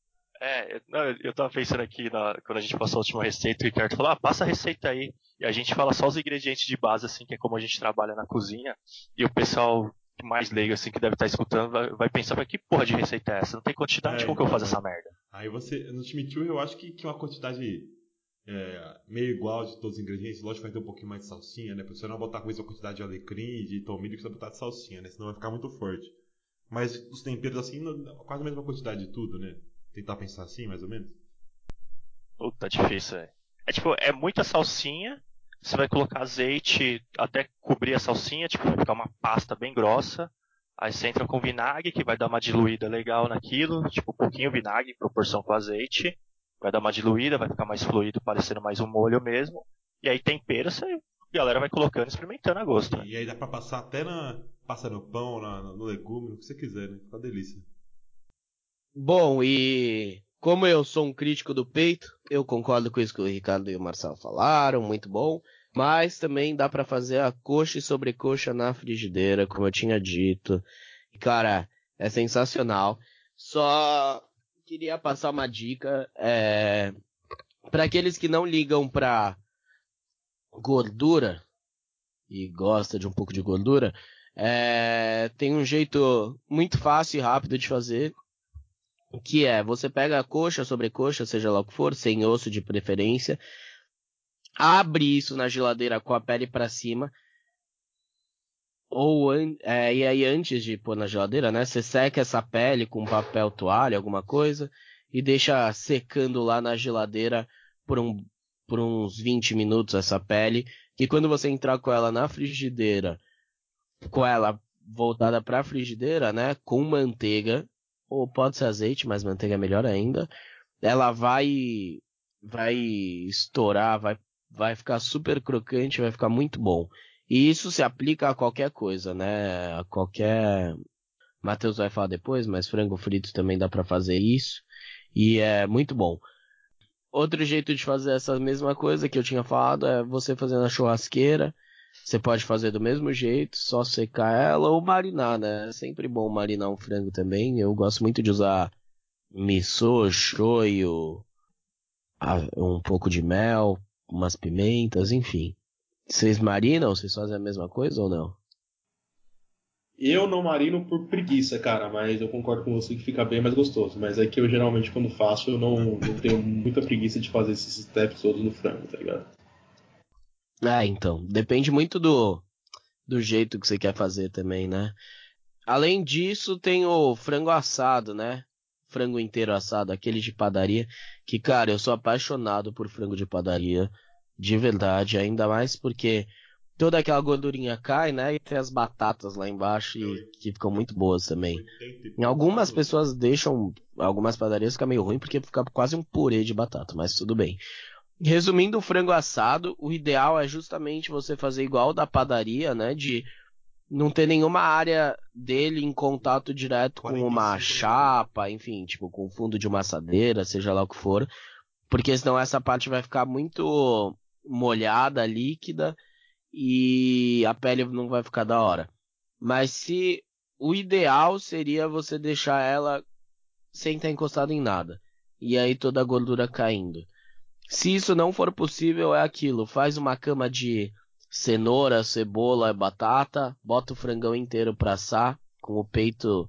Eu tava pensando aqui, quando a gente passou a última receita, o Ricardo falou, passa a receita aí. E a gente fala só os ingredientes de base, assim, que é como a gente trabalha na cozinha. E o pessoal mais leigo, assim, que deve estar escutando, vai pensar, mas que porra de receita é essa? Não tem quantidade, como que eu faço essa merda? Aí você, no chimichurri eu acho que uma quantidade meio igual de todos os ingredientes. Lógico que vai ter um pouquinho mais de salsinha, né? Pra você não botar com a mesma quantidade de alecrim, de tomilho que você vai botar de salsinha, né? Senão vai ficar muito forte. Mas os temperos, assim, quase a mesma quantidade de tudo, né? Tentar pensar assim, mais ou menos. Puta, difícil, velho. É muita salsinha, você vai colocar azeite até cobrir a salsinha, vai ficar uma pasta bem grossa. Aí você entra com vinagre, que vai dar uma diluída legal naquilo, um pouquinho vinagre em proporção com azeite. Vai dar uma diluída, vai ficar mais fluido, parecendo mais um molho mesmo. E aí tempera, a galera vai colocando, experimentando a gosto. E aí dá pra passar até passa no pão, no legume, no que você quiser, né? Fica uma delícia. Bom, e como eu sou um crítico do peito, eu concordo com isso que o Ricardo e o Marcelo falaram, muito bom. Mas também dá pra fazer a coxa e sobrecoxa na frigideira, como eu tinha dito. E, cara, é sensacional. Só queria passar uma dica, para aqueles que não ligam pra gordura e gosta de um pouco de gordura, tem um jeito muito fácil e rápido de fazer, que você pega a coxa, sobrecoxa, seja lá o que for, sem osso de preferência, abre isso na geladeira com a pele para cima, e aí antes de pôr na geladeira, né, você seca essa pele com papel toalha, alguma coisa, e deixa secando lá na geladeira por uns 20 minutos essa pele, e quando você entrar com ela na frigideira, com ela voltada para a frigideira, né, com manteiga, ou pode ser azeite, mas manteiga é melhor ainda, ela vai estourar, vai ficar super crocante, vai ficar muito bom. E isso se aplica a qualquer coisa, né? A qualquer... Matheus vai falar depois, mas frango frito também dá para fazer isso. E é muito bom. Outro jeito de fazer essa mesma coisa que eu tinha falado é você fazer na churrasqueira. Você pode fazer do mesmo jeito, só secar ela ou marinar, né? É sempre bom marinar um frango também. Eu gosto muito de usar miso, shoyu, um pouco de mel, umas pimentas, enfim. Vocês marinam? Vocês fazem a mesma coisa ou não? Eu não marino por preguiça, cara, mas eu concordo com você que fica bem mais gostoso. Mas é que eu geralmente, quando faço, eu não tenho muita preguiça de fazer esses steps todos no frango, tá ligado? Então. Depende muito do jeito que você quer fazer também, né? Além disso, tem o frango assado, né? Frango inteiro assado, aquele de padaria. Que, cara, eu sou apaixonado por frango de padaria. De verdade, ainda mais porque toda aquela gordurinha cai, né? E tem as batatas lá embaixo que ficam muito boas também. Em algumas pessoas deixam, algumas padarias fica meio ruim porque fica quase um purê de batata, mas tudo bem. Resumindo, o frango assado, o ideal é justamente você fazer igual da padaria, né? De não ter nenhuma área dele em contato direto com uma chapa, enfim, tipo, com o fundo de uma assadeira, seja lá o que for. Porque senão essa parte vai ficar muito molhada, líquida, e a pele não vai ficar da hora. Mas o ideal seria você deixar ela sem estar encostada em nada. E aí toda a gordura caindo. Se isso não for possível, é aquilo. Faz uma cama de cenoura, cebola, batata. Bota o frangão inteiro pra assar. Com o peito...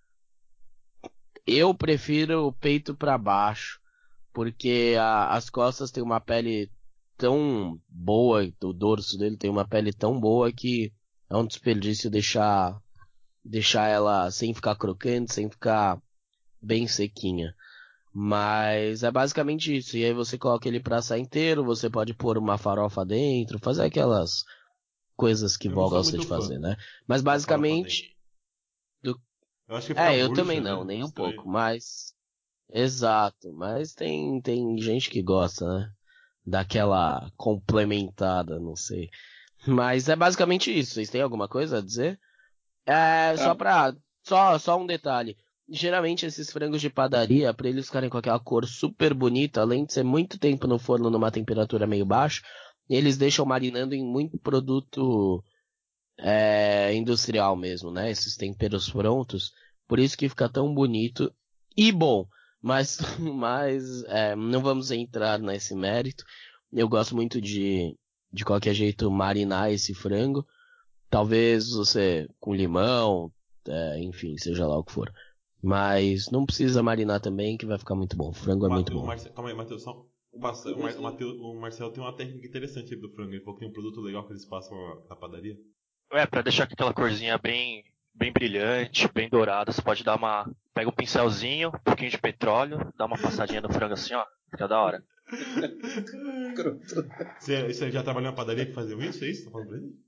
Eu prefiro o peito pra baixo. Porque as costas têm uma pele tão boa. O dorso dele tem uma pele tão boa que é um desperdício deixar ela sem ficar crocante, sem ficar bem sequinha. Mas é basicamente isso. E aí você coloca ele pra assar inteiro, você pode pôr uma farofa dentro, fazer aquelas coisas que vó gosta de fazer, né? Mas basicamente... Eu acho que fica eu murcha, também né? não, nem um Estranho. pouco, mas... Exato, mas tem gente que gosta, né? Daquela complementada, não sei. Mas é basicamente isso. Vocês têm alguma coisa a dizer? Só um detalhe. Geralmente esses frangos de padaria, pra eles ficarem com aquela cor super bonita, além de ser muito tempo no forno numa temperatura meio baixa, eles deixam marinando em muito produto industrial mesmo, né? Esses temperos prontos. Por isso que fica tão bonito e bom. Mas não vamos entrar nesse mérito. Eu gosto muito de qualquer jeito marinar esse frango. Talvez você com limão, enfim, seja lá o que for. Mas não precisa marinar também, que vai ficar muito bom. O frango é muito bom. Calma aí, Matheus. O Marcelo tem uma técnica interessante aí do frango. Ele falou que tem um produto legal que eles passam na padaria. Pra deixar com aquela corzinha bem brilhante, bem dourada, você pode pega um pincelzinho, um pouquinho de petróleo, dá uma passadinha no frango assim, ó, fica da hora. Você já trabalhou na padaria que faziam isso? É isso? Tá falando pra ele?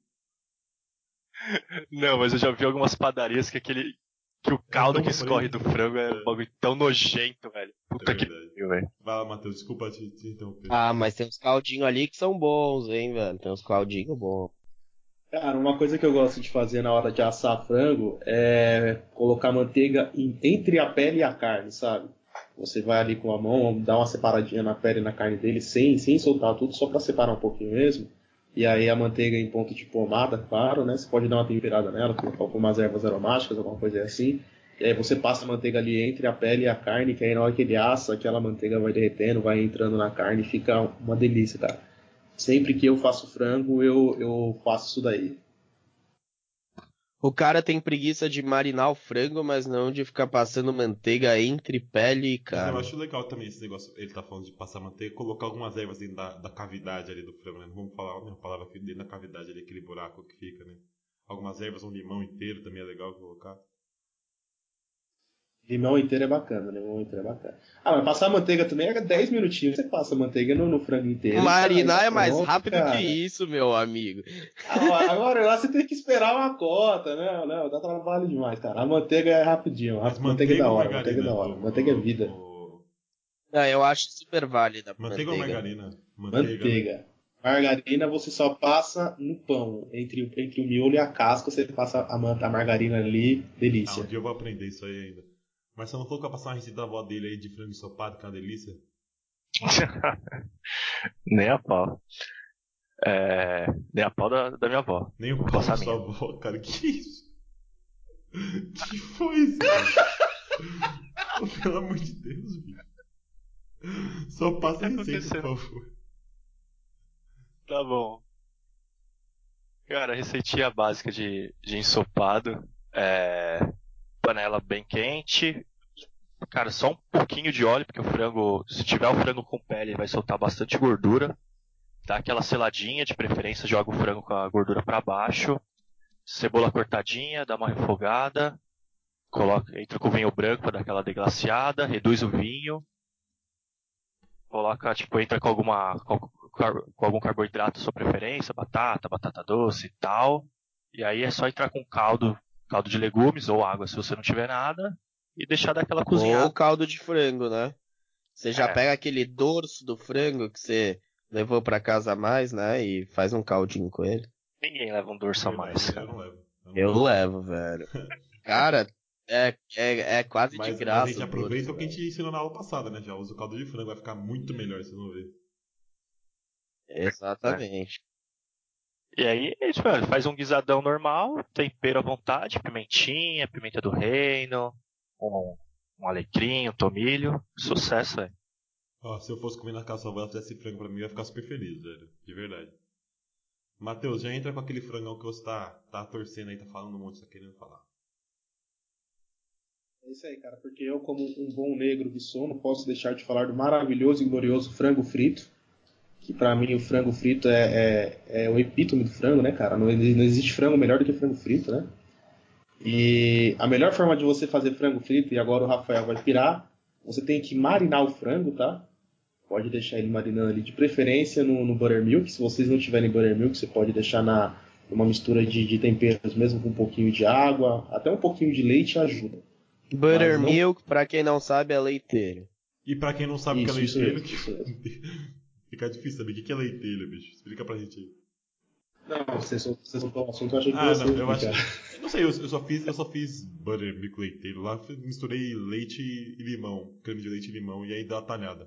Não, mas eu já vi algumas padarias que o caldo que escorre do frango é um bagulho tão nojento, velho. Puta que pariu, velho. Vai lá, Matheus, desculpa te interromper. Mas tem uns caldinhos ali que são bons, hein, velho. Tem uns caldinhos bons. Cara, uma coisa que eu gosto de fazer na hora de assar frango é colocar manteiga entre a pele e a carne, sabe? Você vai ali com a mão, dá uma separadinha na pele e na carne dele, sem soltar tudo, só para separar um pouquinho mesmo. E aí a manteiga em ponto de pomada, claro, né? Você pode dar uma temperada nela, colocar algumas ervas aromáticas, alguma coisa assim. E aí você passa a manteiga ali entre a pele e a carne, que aí na hora que ele assa, aquela manteiga vai derretendo, vai entrando na carne e fica uma delícia, cara. Sempre que eu faço frango, eu faço isso daí. O cara tem preguiça de marinar o frango, mas não de ficar passando manteiga entre pele e carne. Mas eu acho legal também esse negócio. Ele tá falando de passar manteiga, colocar algumas ervas dentro da cavidade ali do frango, né? Não vamos falar a palavra aqui dentro da cavidade ali, aquele buraco que fica, né? Algumas ervas, um limão inteiro também é legal colocar. Limão inteiro é bacana, mas passar manteiga também é 10 minutinhos. Você passa manteiga no frango inteiro. Marinar é mais rápido cara. Que isso, meu amigo. Agora lá você tem que esperar uma cota, né? Não, dá trabalho demais, cara. A manteiga é rapidinho. Manteiga é da hora, manteiga é da hora. Manteiga é vida. Não, eu acho super válida. Manteiga ou margarina? Manteiga. Margarina você só passa no pão. Entre o miolo e a casca, você passa a margarina ali. Delícia. Um dia eu vou aprender isso aí ainda. Mas você não falou que vai passar uma receita da avó dele aí de frango ensopado, que é uma delícia? Nem a pau. Nem a pau da minha avó. Nem o pau da sua avó, cara. Que isso? Que foi isso, cara? Pelo amor de Deus, bicho. Só passa a receita, por favor. Tá bom. Cara, receitinha básica de ensopado. Panela bem quente. Cara, só um pouquinho de óleo, porque o frango, se tiver o frango com pele, vai soltar bastante gordura. Dá aquela seladinha, de preferência joga o frango com a gordura para baixo. Cebola cortadinha, dá uma refogada. Entra com o vinho branco para dar aquela deglaciada, reduz o vinho. Coloca, entra com algum carboidrato à sua preferência, batata doce e tal. E aí é só entrar com caldo de legumes ou água se você não tiver nada. E deixar daquela cozinhada. Ou caldo de frango, né? Você já pega aquele dorso do frango que você levou pra casa a mais, né? E faz um caldinho com ele. Ninguém leva um dorso a mais, cara. Eu não levo. Eu levo, velho. Cara, é quase de graça. Mas a gente aproveita o que a gente ensinou na aula passada, né? Já usa o caldo de frango, vai ficar muito melhor, vocês vão ver. Exatamente. E aí, faz um guisadão normal, tempero à vontade, pimentinha, pimenta do reino, um alecrim, um tomilho, sucesso, velho. Se eu fosse comer na casa da sua avó, ela fizesse frango pra mim, eu ia ficar super feliz, velho, de verdade. Matheus, já entra com aquele frangão que você tá torcendo aí, tá falando um monte, tá querendo falar. É isso aí, cara, porque eu, como um bom negro que sou, não posso deixar de falar do maravilhoso e glorioso frango frito, que pra mim o frango frito é o epítome do frango, né, cara? Não existe frango melhor do que frango frito, né? E a melhor forma de você fazer frango frito, e agora o Rafael vai pirar, você tem que marinar o frango, tá? Pode deixar ele marinando ali, de preferência no buttermilk. Se vocês não tiverem buttermilk, você pode deixar numa mistura de temperos, mesmo com um pouquinho de água, até um pouquinho de leite ajuda. Buttermilk, pra quem não sabe, é leiteiro. E pra quem não sabe o que é leiteiro, isso. Fica difícil saber o que é leiteiro, bicho. Explica pra gente aí. Não, você soltou o assunto, eu achei que você não, eu acho. Não sei, eu só fiz buttermilk leiteiro lá, misturei leite e limão, creme de leite e limão, e aí dá uma talhada.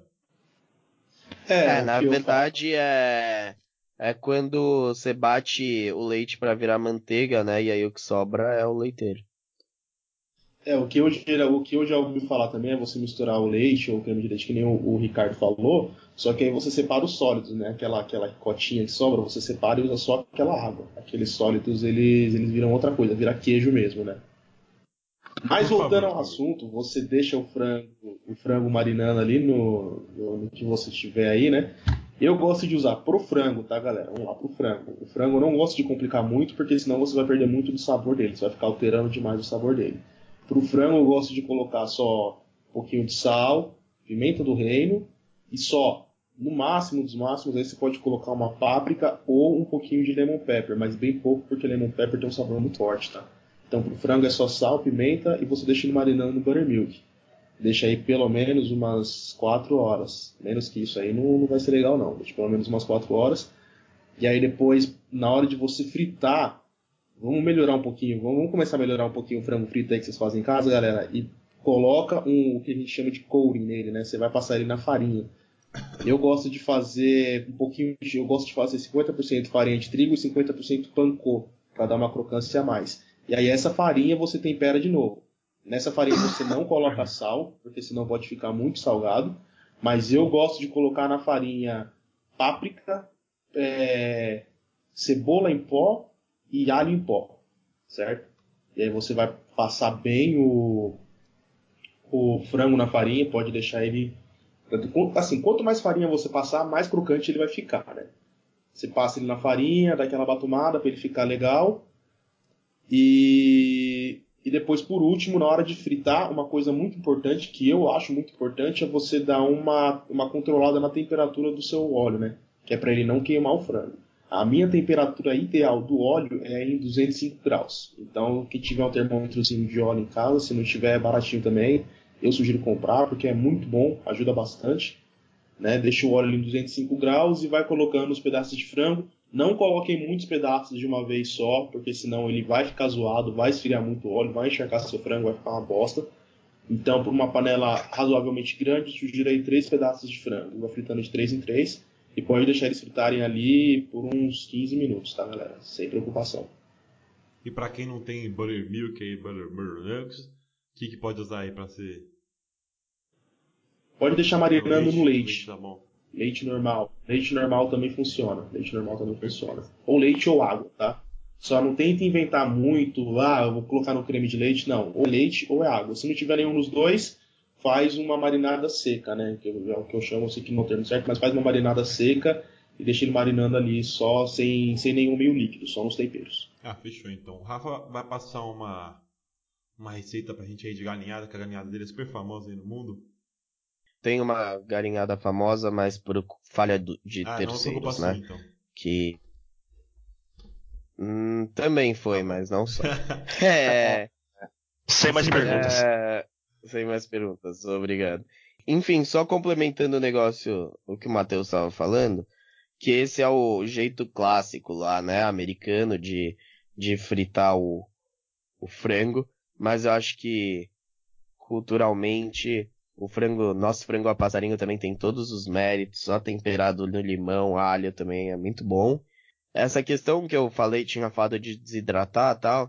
Na verdade é quando você bate o leite pra virar manteiga, né? E aí o que sobra é o leiteiro. O que eu já ouvi falar também é você misturar o leite ou o creme de leite, que nem o Ricardo falou, só que aí você separa os sólidos, né? Aquela cotinha que sobra, você separa e usa só aquela água. Aqueles sólidos, eles viram outra coisa, vira queijo mesmo, né? Mas voltando ao assunto, você deixa o frango marinando ali no que você tiver aí, né? Eu gosto de usar pro frango, tá, galera? Vamos lá, pro frango. O frango eu não gosto de complicar muito, porque senão você vai perder muito do sabor dele. Você vai ficar alterando demais o sabor dele. Pro frango eu gosto de colocar só um pouquinho de sal, pimenta do reino e só. No máximo dos máximos, aí você pode colocar uma páprica ou um pouquinho de lemon pepper, mas bem pouco, porque lemon pepper tem um sabor muito forte, tá? Então pro frango é só sal, pimenta e você deixa ele marinando no buttermilk. Deixa aí pelo menos umas 4 horas. Menos que isso aí não vai ser legal não. Deixa pelo menos umas 4 horas. E aí depois, na hora de você fritar, vamos melhorar um pouquinho. Vamos começar a melhorar um pouquinho o frango frito aí que vocês fazem em casa, galera. E coloca o que a gente chama de coating nele, né? Você vai passar ele na farinha. Eu gosto de fazer eu gosto de fazer 50% farinha de trigo e 50% pancô, para dar uma crocância a mais. E aí essa farinha você tempera de novo. Nessa farinha você não coloca sal, porque senão pode ficar muito salgado. Mas eu gosto de colocar na farinha páprica, cebola em pó e alho em pó, certo? E aí você vai passar bem o frango na farinha, pode deixar ele... Assim, quanto mais farinha você passar, mais crocante ele vai ficar, né? Você passa ele na farinha, dá aquela batumada para ele ficar legal. E depois, por último, na hora de fritar, uma coisa muito importante, que eu acho muito importante, é você dar uma controlada na temperatura do seu óleo, né? Que é para ele não queimar o frango. A minha temperatura ideal do óleo é em 205 graus. Então, quem tiver um termômetrozinho de óleo em casa, se não tiver, é baratinho também. Eu sugiro comprar, porque é muito bom, ajuda bastante. Né? Deixa o óleo em 205 graus e vai colocando os pedaços de frango. Não coloquem muitos pedaços de uma vez só, porque senão ele vai ficar zoado, vai esfriar muito o óleo, vai encharcar seu frango, vai ficar uma bosta. Então, por uma panela razoavelmente grande, sugiro aí 3 pedaços de frango. Vou fritando de 3 em 3 e pode deixar eles fritarem ali por uns 15 minutos, tá, galera? Sem preocupação. E para quem não tem buttermilk e butternugs, o que pode usar aí para ser... Pode deixar marinando no leite. Leite tá bom. Leite normal. Leite normal também funciona. Ou leite ou água, tá? Só não tenta inventar muito, eu vou colocar no creme de leite. Não, ou leite ou é água. Se não tiver nenhum dos dois, faz uma marinada seca, né? Que é o que eu chamo, eu sei que não é o termo certo, mas faz uma marinada seca e deixa ele marinando ali só, sem nenhum meio líquido, só nos temperos. Fechou então. O Rafa vai passar uma receita pra gente aí de galinhada, que a galinhada dele é super famosa aí no mundo. Tem uma galinhada famosa, mas por falha de não é terceiros, preocupação, né? Então. Que também foi, Tá bom. mas não só. É, Sem mais perguntas. sem mais perguntas, obrigado. Enfim, só complementando o que o Matheus estava falando, que esse é o jeito clássico lá, né, americano de fritar o frango, mas eu acho que culturalmente nosso frango a passarinho também tem todos os méritos, só temperado no limão, alho também é muito bom. Essa questão que eu falei, tinha falado de desidratar e tal,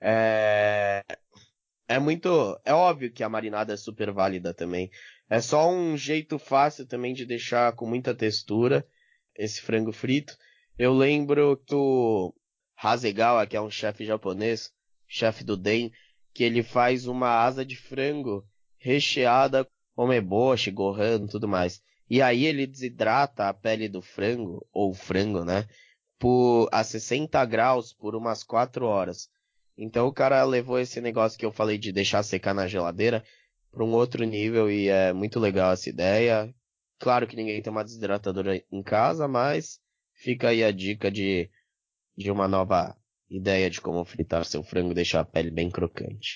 é óbvio que a marinada é super válida também. É só um jeito fácil também de deixar com muita textura esse frango frito. Eu lembro que o Hasegawa, que é um chefe japonês, chefe do Den, que ele faz uma asa de frango recheada com umeboshi, gohan, tudo mais. E aí ele desidrata a pele do frango, ou frango, né, a 60 graus por umas 4 horas. Então o cara levou esse negócio que eu falei de deixar secar na geladeira para um outro nível e é muito legal essa ideia. Claro que ninguém tem uma desidratadora em casa, mas fica aí a dica de uma nova ideia de como fritar seu frango e deixar a pele bem crocante.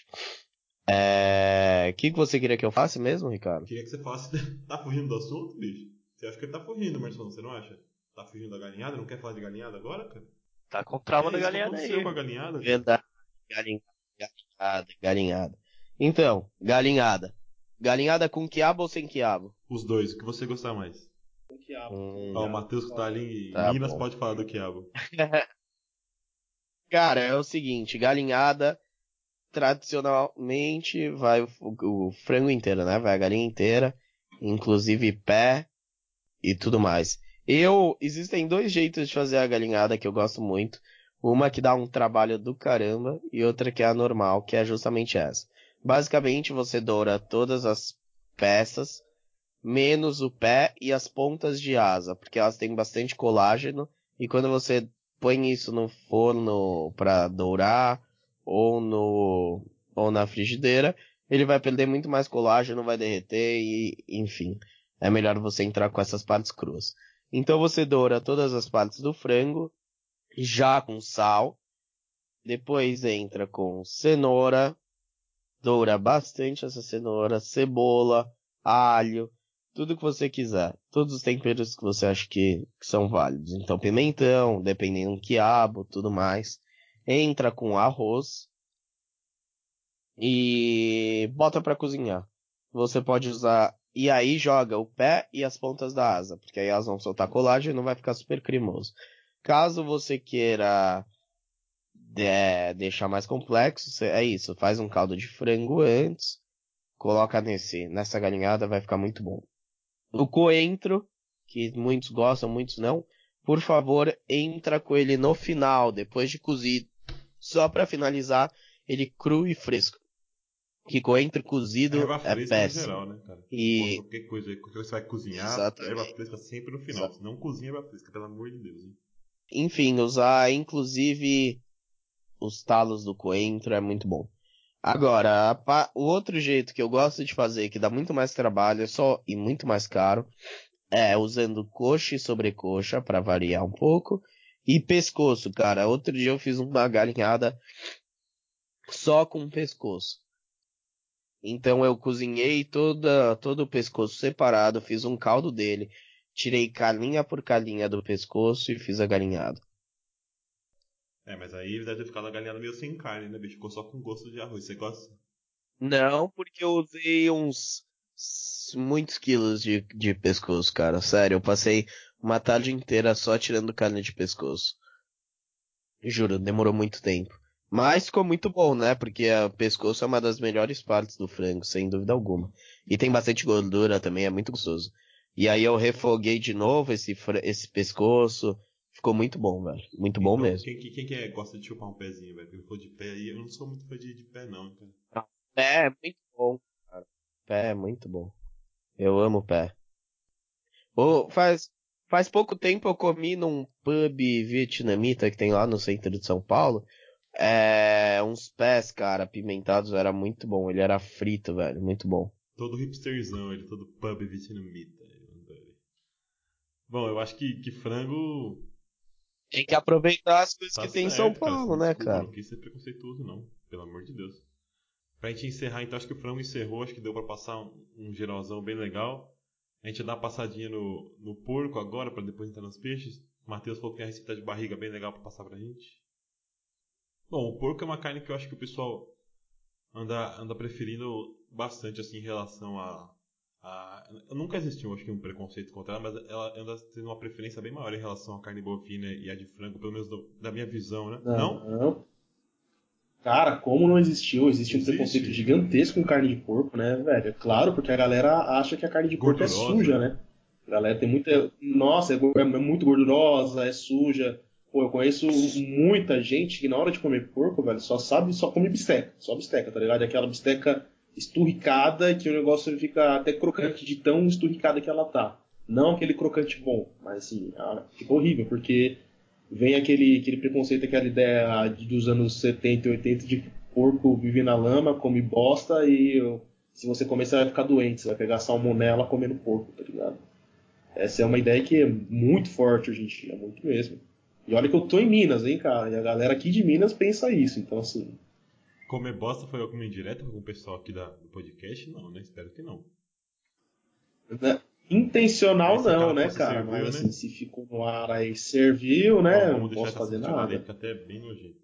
O que você queria que eu faça mesmo, Ricardo? Queria que você falasse. Tá fugindo do assunto, bicho? Você acha que ele tá fugindo, Marcelo? Você não acha? Tá fugindo da galinhada? Não quer falar de galinhada agora, cara? Tá com trauma da O que galinhada aconteceu aí. com a galinhada? Verdade. Galinhada. Então, galinhada. Galinhada com quiabo ou sem quiabo? Os dois, o que você gostar mais? Com quiabo. O Matheus que tá ali em Tá Minas bom. pode falar do quiabo. Cara, é o seguinte, galinhada tradicionalmente vai o frango inteiro, né? Vai a galinha inteira, inclusive pé e tudo mais. Existem 2 jeitos de fazer a galinhada que eu gosto muito. Uma que dá um trabalho do caramba e outra que é a normal, que é justamente essa. Basicamente, você doura todas as peças, menos o pé e as pontas de asa, porque elas têm bastante colágeno e quando você põe isso no forno para dourar ou na frigideira, ele vai perder muito mais colágeno, vai derreter e, enfim, é melhor você entrar com essas partes cruas. Então você doura todas as partes do frango, já com sal, depois entra com cenoura, doura bastante essa cenoura, cebola, alho, tudo que você quiser. Todos os temperos que você acha que são válidos. Então pimentão, dependendo do quiabo, tudo mais. Entra com arroz e bota para cozinhar. Você pode usar e aí joga o pé e as pontas da asa, porque aí elas vão soltar colágeno e não vai ficar super cremoso. Caso você queira deixar mais complexo, é isso, faz um caldo de frango antes, coloca nessa galinhada, vai ficar muito bom. O coentro, que muitos gostam, muitos não, por favor, entra com ele no final, depois de cozido, só para finalizar, ele cru e fresco. Que coentro cozido Erva é fresca no péssimo. geral, né, cara? E Qualquer coisa, qualquer coisa que você vai cozinhar, exatamente. erva fresca sempre no final. Se não cozinha erva fresca, pelo amor de Deus, hein? Enfim, usar inclusive os talos do coentro é muito bom. Agora, o outro jeito que eu gosto de fazer, que dá muito mais trabalho e muito mais caro, é usando coxa e sobrecoxa, para variar um pouco, e pescoço, cara. Outro dia eu fiz uma galinhada só com pescoço. Então eu cozinhei todo o pescoço separado, fiz um caldo dele, tirei calinha por calinha do pescoço e fiz a galinhada. Mas aí deve ter ficado a galinhada meio sem carne, né, bicho? Ficou só com gosto de arroz. Você gosta? Não, porque eu usei muitos quilos de pescoço, cara. Sério, eu passei uma tarde inteira só tirando carne de pescoço. Juro, demorou muito tempo. Mas ficou muito bom, né? Porque o pescoço é uma das melhores partes do frango, sem dúvida alguma. E tem bastante gordura também, é muito gostoso. E aí eu refoguei de novo esse pescoço. Ficou muito bom, velho. Muito bom Então, mesmo. quem que gosta de chupar um pezinho, velho? Porque for de pé aí, eu não sou muito fã de pé, não, cara. Pé é muito bom, cara. Pé é muito bom. Eu amo pé. Faz pouco tempo eu comi num pub vietnamita que tem lá no centro de São Paulo. Uns pés, cara, apimentados, era muito bom. Ele era frito, velho, muito bom. Todo hipsterzão, ele todo pub vietnamita. Bom, eu acho que frango Tem que aproveitar as coisas tá que tem em São certo, cara. Paulo, né, Desculpa, cara? não quis ser preconceituoso, não. Pelo amor de Deus. Pra gente encerrar, então, acho que o frango encerrou. Acho que deu pra passar um geralzão bem legal. A gente dá uma passadinha no porco agora, pra depois entrar nos peixes. O Matheus falou que tem a receita de barriga bem legal pra passar pra gente. Bom, o porco é uma carne que eu acho que o pessoal anda preferindo bastante, assim, em relação nunca existiu, acho que, um preconceito contra ela, mas ela anda tendo uma preferência bem maior em relação à carne bovina e à de frango, pelo menos da minha visão, né? Não? Cara, como não existiu? Existe um preconceito gigantesco com carne de porco, né, velho? É claro, porque a galera acha que a carne de porco é suja, né? A galera tem muita. Nossa, é muito gordurosa, é suja. Pô, eu conheço muita gente que na hora de comer porco, velho, só come bisteca. Só bisteca, tá ligado? É aquela bisteca esturricada que o negócio fica até crocante de tão esturricada que ela tá. Não aquele crocante bom, mas assim, fica horrível, porque vem aquele preconceito, aquela ideia dos anos 70 e 80 de que porco vive na lama, come bosta e se você comer você vai ficar doente, você vai pegar salmonela comendo porco, tá ligado? Essa é uma ideia que é muito forte hoje em dia, muito mesmo. E olha que eu tô em Minas, hein, cara, e a galera aqui de Minas pensa isso, então assim... Comer bosta foi alguma indireta com o pessoal aqui do podcast? Não, né? Espero que não. Intencional não, né, cara? Serviu, mas assim, né? Se ficou no ar aí serviu, né? Vamos Não deixar posso fazer essa tirada aí, nada. fica até bem nojento.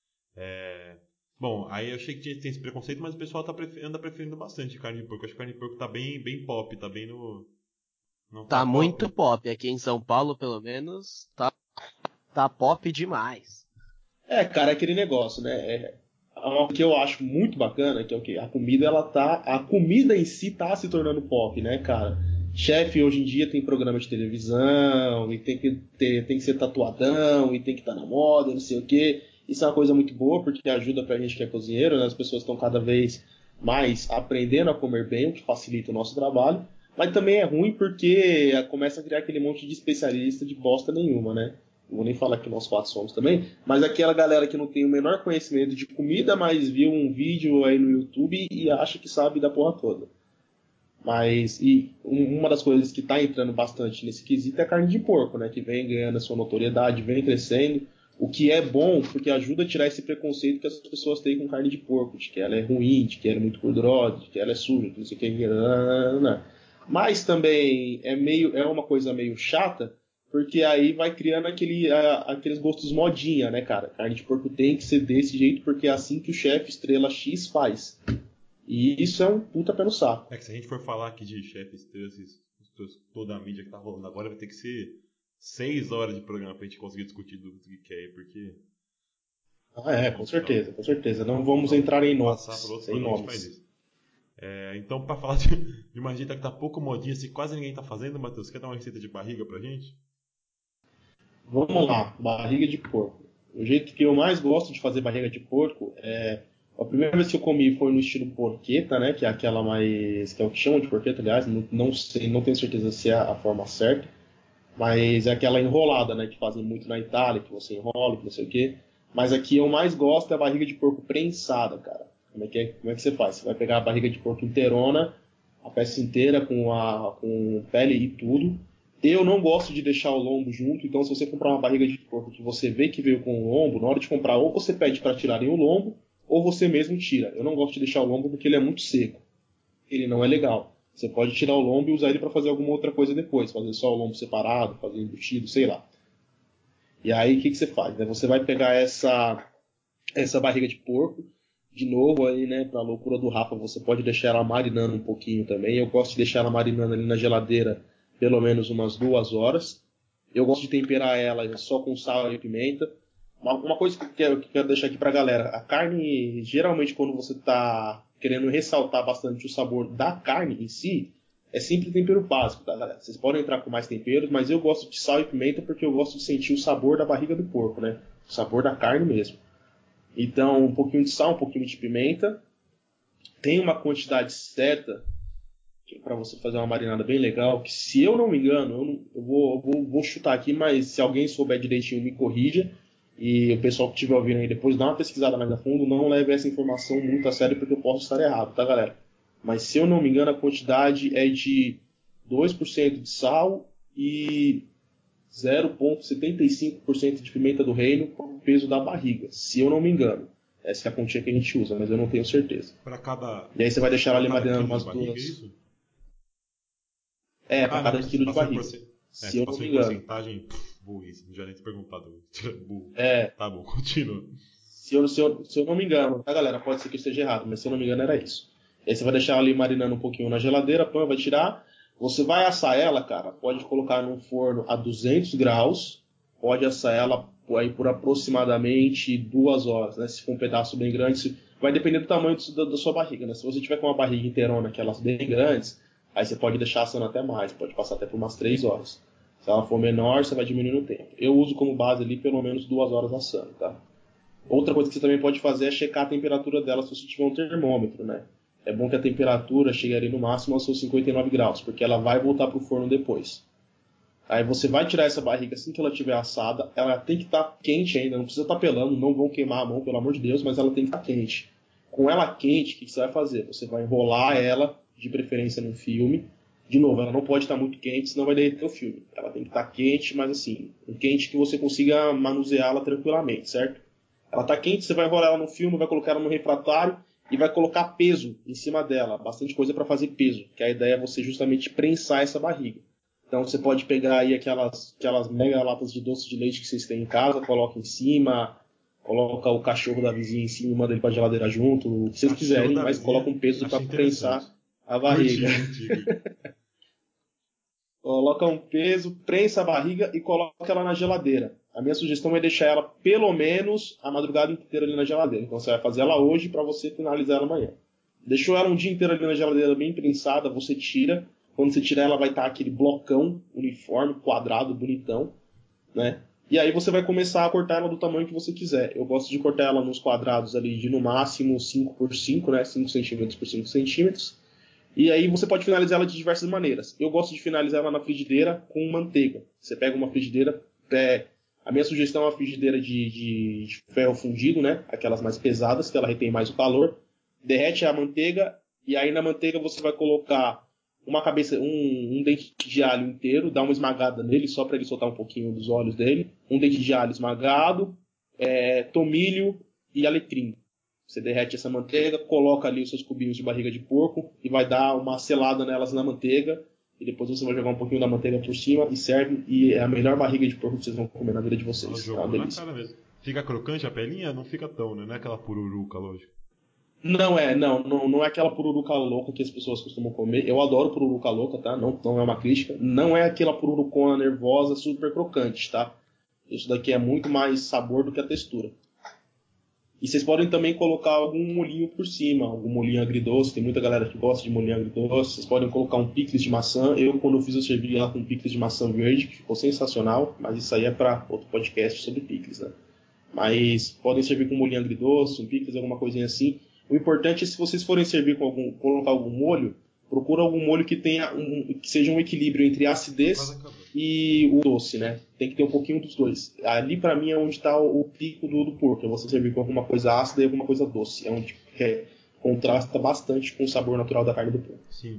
Bom, aí eu achei que tem esse preconceito, mas o pessoal anda preferindo bastante carne de porco. Eu acho que carne de porco tá bem pop, tá bem no... Não Tá pop. muito pop. Aqui em São Paulo, pelo menos, tá pop demais. Cara, é aquele negócio, né? Uma que eu acho muito bacana, que é o quê? A comida em si tá se tornando pop, né, cara? Chefe hoje em dia tem programa de televisão, e tem que ser tatuadão, e tem que estar na moda, não sei o quê. Isso é uma coisa muito boa, porque ajuda pra gente que é cozinheiro, né? As pessoas estão cada vez mais aprendendo a comer bem, o que facilita o nosso trabalho. Mas também é ruim porque começa a criar aquele monte de especialista de bosta nenhuma, né? Não vou nem falar que nós quatro somos também, mas aquela galera que não tem o menor conhecimento de comida, mas viu um vídeo aí no YouTube e acha que sabe da porra toda. Mas uma das coisas que está entrando bastante nesse quesito é a carne de porco, né? Que vem ganhando a sua notoriedade, vem crescendo. O que é bom, porque ajuda a tirar esse preconceito que as pessoas têm com carne de porco, de que ela é ruim, de que ela é muito gordurosa, de que ela é suja, de não sei o que. Mas também é uma coisa meio chata, porque aí vai criando aqueles gostos modinha, né, cara? Carne de porco tem que ser desse jeito, porque é assim que o chefe estrela X faz. E isso é um puta pé no saco. É que se a gente for falar aqui de chefe estrela, toda a mídia que tá rolando agora, vai ter que ser 6 horas de programa pra gente conseguir discutir do que quer, porque... Com certeza, com certeza. Não vamos entrar em nomes, sem nomes. Então, pra falar de uma receita que tá pouco modinha, assim, quase ninguém tá fazendo, Matheus, quer dar uma receita de barriga pra gente? Vamos lá, barriga de porco. O jeito que eu mais gosto de fazer barriga de porco a primeira vez que eu comi foi no estilo porqueta, né? Que é aquela mais. Que é o que chamam de porqueta, aliás, não sei, não tenho certeza se é a forma certa. Mas é aquela enrolada, né? Que fazem muito na Itália, que você enrola, que não sei o quê. Mas aqui eu mais gosto é a barriga de porco prensada, cara. Como é que você faz? Você vai pegar a barriga de porco inteirona, a peça inteira com pele e tudo. Eu não gosto de deixar o lombo junto, então se você comprar uma barriga de porco que você vê que veio com o lombo, na hora de comprar, ou você pede para tirarem o lombo, ou você mesmo tira. Eu não gosto de deixar o lombo porque ele é muito seco. Ele não é legal. Você pode tirar o lombo e usar ele para fazer alguma outra coisa depois, fazer só o lombo separado, fazer embutido, sei lá. E aí o que você faz? Né? Você vai pegar essa barriga de porco, de novo aí, né, para a loucura do Rafa, você pode deixar ela marinando um pouquinho também. Eu gosto de deixar ela marinando ali na geladeira pelo menos umas 2 horas. Eu gosto de temperar ela só com sal e pimenta. Uma coisa que eu quero deixar aqui pra galera, a carne, geralmente quando você tá querendo ressaltar bastante o sabor da carne em si, é sempre tempero básico, tá, galera? Vocês podem entrar com mais temperos, mas eu gosto de sal e pimenta porque eu gosto de sentir o sabor da barriga do porco, né? O sabor da carne mesmo. Então, um pouquinho de sal, um pouquinho de pimenta. Tem uma quantidade certa para você fazer uma marinada bem legal, que se eu não me engano, eu vou chutar aqui, mas se alguém souber direitinho me corrija, e o pessoal que estiver ouvindo aí depois dá uma pesquisada mais a fundo, não leve essa informação muito a sério porque eu posso estar errado, tá, galera? Mas se eu não me engano, a quantidade é de 2% de sal e 0,75% de pimenta do reino por peso da barriga, se eu não me engano. Essa é a continha que a gente usa, mas eu não tenho certeza. E aí você vai deixar ela ali marinando umas 2... para cada quilo de barriga. Se eu não me engano. Porcentagem, burrice, não já nem te perguntado. Tá bom, continua. Se eu não me engano, tá, galera? Pode ser que eu esteja errado, mas se eu não me engano era isso. E aí você vai deixar ela ali marinando um pouquinho na geladeira, vai tirar. Você vai assar ela, cara, pode colocar num forno a 200 graus, pode assar ela aí por aproximadamente 2 horas, né? Se for um pedaço bem grande, vai depender do tamanho da sua barriga, né? Se você tiver com uma barriga inteirona, aquelas bem grandes, aí você pode deixar assando até mais, pode passar até por umas 3 horas. Se ela for menor, você vai diminuindo o tempo. Eu uso como base ali pelo menos 2 horas assando, tá? Outra coisa que você também pode fazer é checar a temperatura dela se você tiver um termômetro, né? É bom que a temperatura chegue ali no máximo aos seus 59 graus, porque ela vai voltar pro forno depois. Aí você vai tirar essa barriga assim que ela estiver assada, ela tem que estar quente ainda, não precisa estar pelando, não vão queimar a mão, pelo amor de Deus, mas ela tem que estar quente. Com ela quente, o que você vai fazer? Você vai enrolar ela, de preferência num filme. De novo, ela não pode estar muito quente, senão vai derreter o filme. Ela tem que estar quente, mas assim, um quente que você consiga manuseá-la tranquilamente, certo? Ela está quente, você vai enrolar ela no filme, vai colocar ela no refratário e vai colocar peso em cima dela, bastante coisa para fazer peso, que a ideia é você justamente prensar essa barriga. Então você pode pegar aí aquelas mega latas de doce de leite que vocês têm em casa, coloca em cima, coloca o cachorro da vizinha em cima e manda ele para a geladeira junto, o que vocês quiserem, mas coloca um peso para prensar a barriga. Coloca um peso, prensa a barriga e coloca ela na geladeira. a minha sugestão é deixar ela pelo menos a madrugada inteira ali na geladeira. Então você vai fazer ela hoje para você finalizar ela amanhã. Deixou ela um dia inteiro ali na geladeira bem prensada, você tira. Quando você tirar ela vai estar aquele blocão uniforme, quadrado, bonitão, né? E aí você vai começar a cortar ela do tamanho que você quiser. Eu gosto de cortar ela nos quadrados ali de no máximo 5x5, né? 5 centímetros por 5 centímetros. E aí você pode finalizar ela de diversas maneiras. Eu gosto de finalizar ela na frigideira com manteiga. Você pega uma frigideira, a minha sugestão é uma frigideira de ferro fundido, né? Aquelas mais pesadas, que ela retém mais o calor. Derrete a manteiga e aí na manteiga você vai colocar uma cabeça, um dente de alho inteiro, dá uma esmagada nele só para ele soltar um pouquinho dos óleos dele. Um dente de alho esmagado, tomilho e alecrim. Você derrete essa manteiga, coloca ali os seus cubinhos de barriga de porco e vai dar uma selada nelas na manteiga. E depois você vai jogar um pouquinho da manteiga por cima e serve. E é a melhor barriga de porco que vocês vão comer na vida de vocês. É uma delícia. Na cara mesmo. Fica crocante a pelinha? Não fica tão, né? Não é aquela pururuca, lógico. Não é aquela pururuca louca que as pessoas costumam comer. Eu adoro pururuca louca, tá? Não é uma crítica. Não é aquela pururucona nervosa, super crocante, tá? Isso daqui é muito mais sabor do que a textura. E vocês podem também colocar algum molhinho por cima, algum molhinho agridoce. Tem muita galera que gosta de molhinho agridoce. Vocês podem colocar um picles de maçã. Eu, quando eu fiz, eu servi ela com picles de maçã verde, que ficou sensacional. Mas isso aí é para outro podcast sobre picles, né? Mas podem servir com molhinho agridoce, um picles, alguma coisinha assim. O importante é, se vocês forem servir com colocar algum molho, procura algum molho que tenha que seja um equilíbrio entre a acidez e o doce, né? Tem que ter um pouquinho dos dois. Ali, pra mim, é onde está o pico do porco. É você servir com alguma coisa ácida e alguma coisa doce. É onde contrasta bastante com o sabor natural da carne do porco. Sim.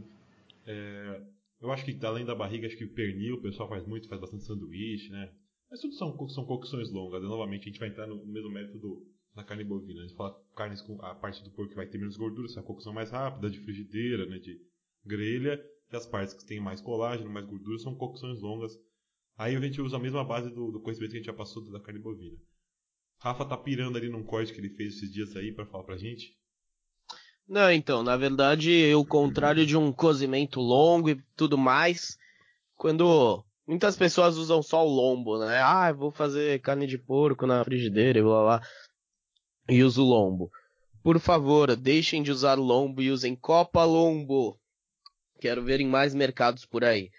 Eu acho que, além da barriga, acho que o pernil o pessoal faz bastante sanduíche, né? Mas tudo são cocções longas. Novamente, a gente vai entrar no mesmo método da carne bovina. A gente fala carnes com a parte do porco que vai ter menos gordura, essa cocção mais rápida, de frigideira, né, de grelha, e as partes que têm mais colágeno, mais gordura, são cocções longas. Aí a gente usa a mesma base do conhecimento que a gente já passou da carne bovina. Rafa tá pirando ali num corte que ele fez esses dias aí pra falar pra gente. Não, então, na verdade, o contrário de um cozimento longo e tudo mais, quando muitas pessoas usam só o lombo, né? Ah, eu vou fazer carne de porco na frigideira e blá blá. E uso o lombo. Por favor, deixem de usar lombo e usem Copa Lombo. Quero ver em mais mercados por aí.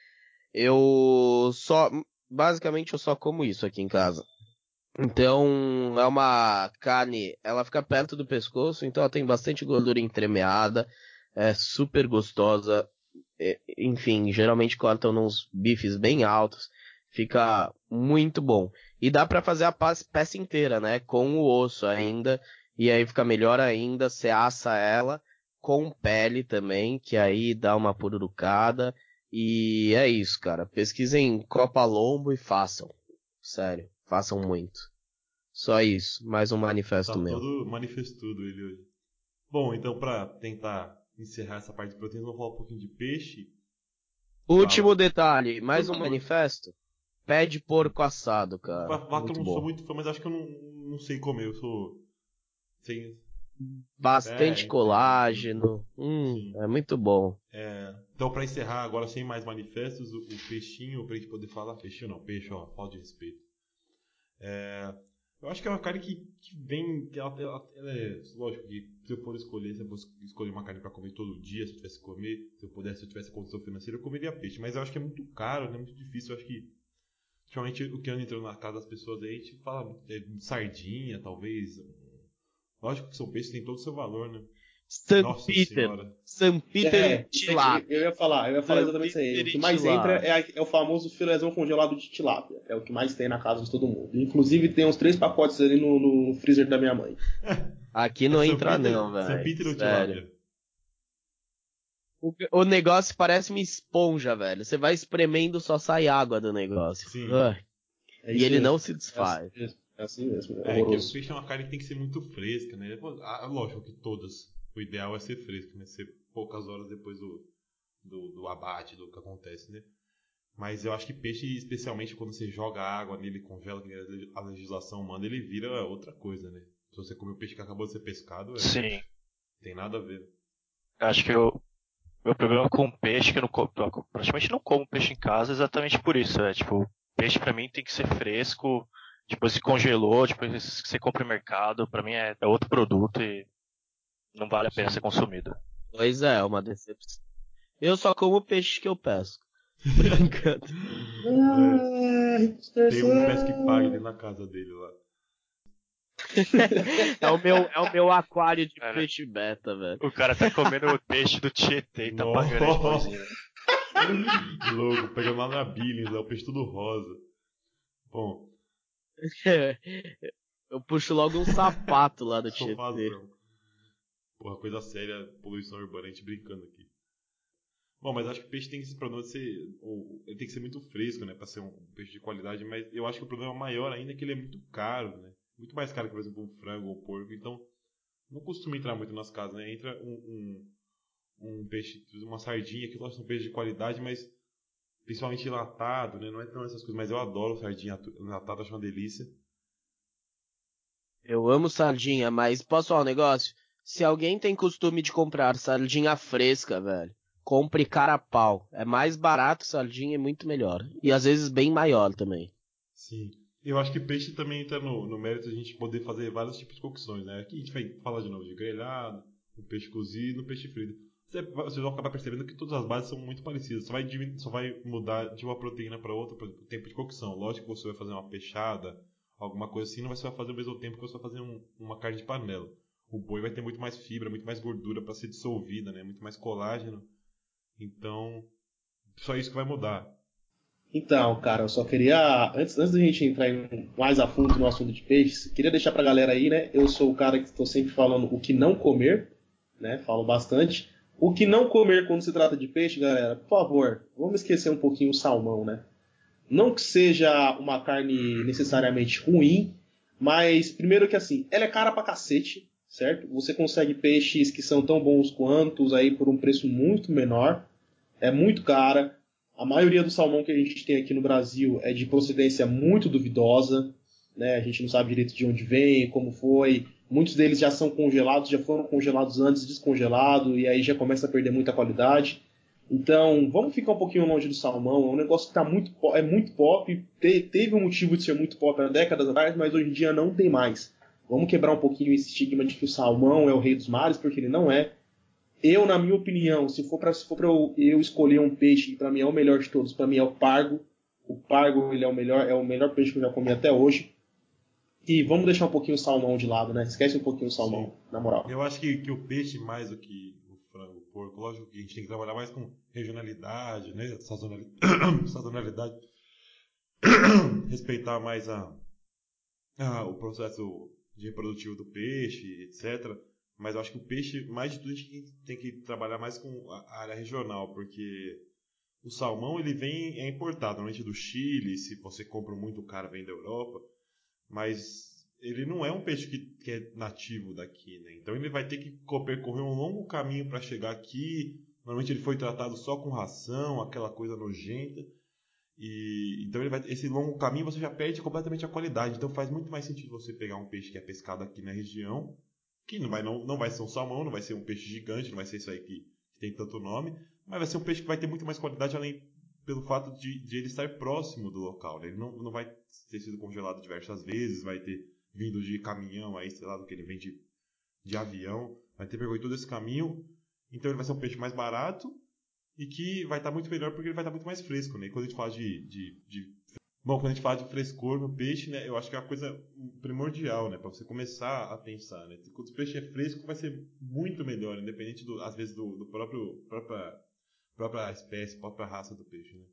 Basicamente eu só como isso aqui em casa. Então, é uma carne, ela fica perto do pescoço, então ela tem bastante gordura entremeada, é super gostosa. Enfim, geralmente cortam nos bifes bem altos, fica muito bom. E dá pra fazer a peça inteira, né, com o osso ainda, e aí fica melhor ainda, você assa ela com pele também, que aí dá uma pururucada. E é isso, cara. Pesquisem Copa Lombo e façam. Sério, façam muito. Só isso, mais um manifesto meu. Tá todo manifestudo ele hoje. Bom, então pra tentar encerrar essa parte de proteínas, vamos falar um pouquinho de peixe. Último detalhe, mais um manifesto. Pé de porco assado, cara. Vaca eu não sou muito fã, mas acho que eu não sei comer. Eu sou sem bastante colágeno. É muito bom. Então, pra encerrar agora, sem mais manifestos, o peixinho, pra gente poder falar. Peixinho não, peixe, ó, falta de respeito. Eu acho que é uma carne que vem. Ela é. Lógico que se eu for escolher, se eu fosse escolher uma carne pra comer todo dia, se eu tivesse que comer, se eu tivesse condição financeira, eu comeria peixe. Mas eu acho que é muito caro, né? Muito difícil. Eu acho que. Ultimamente, o que anda entrando na casa das pessoas aí, a gente fala sardinha, talvez. Lógico que são peixes, tem todo o seu valor, né? São Peter e tilápia. Eu ia falar exatamente isso aí. O que mais entra é o famoso filézão congelado de tilápia. É o que mais tem na casa de todo mundo. Inclusive tem uns 3 pacotes ali no freezer da minha mãe. Aqui não entra não, velho. São Peter ou tilápia? O negócio parece uma esponja, velho. Você vai espremendo, só sai água do negócio. Sim. E ele não se desfaz. É assim mesmo. Que o peixe é uma carne que tem que ser muito fresca, né? Lógico que todas. O ideal é ser fresco, né? Ser poucas horas depois do abate, do que acontece, né? Mas eu acho que peixe, especialmente quando você joga água nele, congela, que a legislação manda, ele vira outra coisa, né? Se você comer o peixe que acabou de ser pescado, Sim. Tem nada a ver. Acho que meu problema com peixe, que eu praticamente não como peixe em casa, é exatamente por isso. Tipo, peixe pra mim tem que ser fresco, depois se congelou, depois você compra no mercado, pra mim é outro produto e não vale a pena ser consumido. Pois é uma decepção. Eu só como peixe que eu pesco. Brincando. Tem um pesca que paga ali na casa dele lá. É o meu aquário de Cara, peixe beta, velho. o cara tá comendo o peixe do Tietê e tá pagando a esposinha. Louco, pegando lá na Billings, lá, o peixe tudo rosa. Bom, Eu puxo logo um sapato lá do Tietê. sofazão. Porra, coisa séria, poluição urbana, a gente brincando aqui. Bom, mas acho que o peixe tem esse problema de ser. Ele tem que ser muito fresco, né? Pra ser um peixe de qualidade, mas eu acho que o problema maior ainda é que ele é muito caro, né? Muito mais caro que, por exemplo, um frango ou um porco. Então, não costuma entrar muito nas casas, né? Entra um peixe, uma sardinha, que eu gosto de um peixe de qualidade, mas principalmente enlatado, né? Não é tão essas coisas, mas eu adoro sardinha enlatada, acho uma delícia. Eu amo sardinha, mas posso falar um negócio? Se alguém tem costume de comprar sardinha fresca, velho, compre cara a pau. É mais barato sardinha e muito melhor. E às vezes bem maior também. Sim. Eu acho que peixe também entra no mérito de a gente poder fazer vários tipos de cocções, né? Aqui a gente vai falar de novo de grelhado, um peixe cozido, um peixe frito. Vocês vão acabar percebendo que todas as bases são muito parecidas. Só vai mudar de uma proteína para outra, por exemplo, o tempo de cocção. Lógico que você vai fazer uma peixada, alguma coisa assim, não vai fazer ao mesmo tempo que você vai fazer uma carne de panela. O boi vai ter muito mais fibra, muito mais gordura para ser dissolvida, né? Muito mais colágeno. Então, só isso que vai mudar. Então, cara, eu só queria, antes da gente entrar mais a fundo no assunto de peixes, queria deixar pra galera aí, né? Eu sou o cara que estou sempre falando o que não comer, né? Falo bastante. O que não comer quando se trata de peixe, galera, por favor, vamos esquecer um pouquinho o salmão, né? Não que seja uma carne necessariamente ruim, mas primeiro que assim, ela é cara pra cacete, certo? Você consegue peixes que são tão bons quanto aí por um preço muito menor. É muito cara. A maioria do salmão que a gente tem aqui no Brasil é de procedência muito duvidosa, né? A gente não sabe direito de onde vem, como foi. Muitos deles já são congelados, já foram congelados antes, descongelado, e aí já começa a perder muita qualidade. Então, vamos ficar um pouquinho longe do salmão. É um negócio que tá é muito pop. Teve um motivo de ser muito pop há décadas atrás, mas hoje em dia não tem mais. Vamos quebrar um pouquinho esse estigma de que o salmão é o rei dos mares, porque ele não é. Eu, na minha opinião, se for para eu escolher um peixe que para mim é o melhor de todos, para mim é o pargo. O pargo ele é o melhor peixe que eu já comi até hoje. E vamos deixar um pouquinho o salmão de lado, né? Esquece um pouquinho o salmão, Sim. na moral. Eu acho que o peixe, mais do que o frango, o porco, lógico que a gente tem que trabalhar mais com regionalidade, né? Sazonalidade. Respeitar mais o processo de reprodutivo do peixe, etc. Mas eu acho que o peixe, mais de tudo, a gente tem que trabalhar mais com a área regional, porque o salmão ele é importado, normalmente do Chile, se você compra muito caro, vem da Europa, mas ele não é um peixe que é nativo daqui, né? Então ele vai ter que percorrer um longo caminho para chegar aqui. Normalmente ele foi tratado só com ração, aquela coisa nojenta. E então esse longo caminho você já perde completamente a qualidade. Então faz muito mais sentido você pegar um peixe que é pescado aqui na região, que não vai ser um salmão, não vai ser um peixe gigante, não vai ser isso aí que tem tanto nome, mas vai ser um peixe que vai ter muito mais qualidade além pelo fato de ele estar próximo do local, né? Ele não vai ter sido congelado diversas vezes, vai ter vindo de caminhão aí, sei lá, do que ele vem de avião, vai ter percorrido todo esse caminho, então ele vai ser um peixe mais barato e que vai estar muito melhor porque ele vai estar muito mais fresco, né? E quando a gente fala Bom, quando a gente fala de frescor no peixe, né, eu acho que é a coisa primordial, né, para você começar a pensar, né? Quando o peixe é fresco, vai ser muito melhor, independente às vezes do própria espécie, própria raça do peixe, né?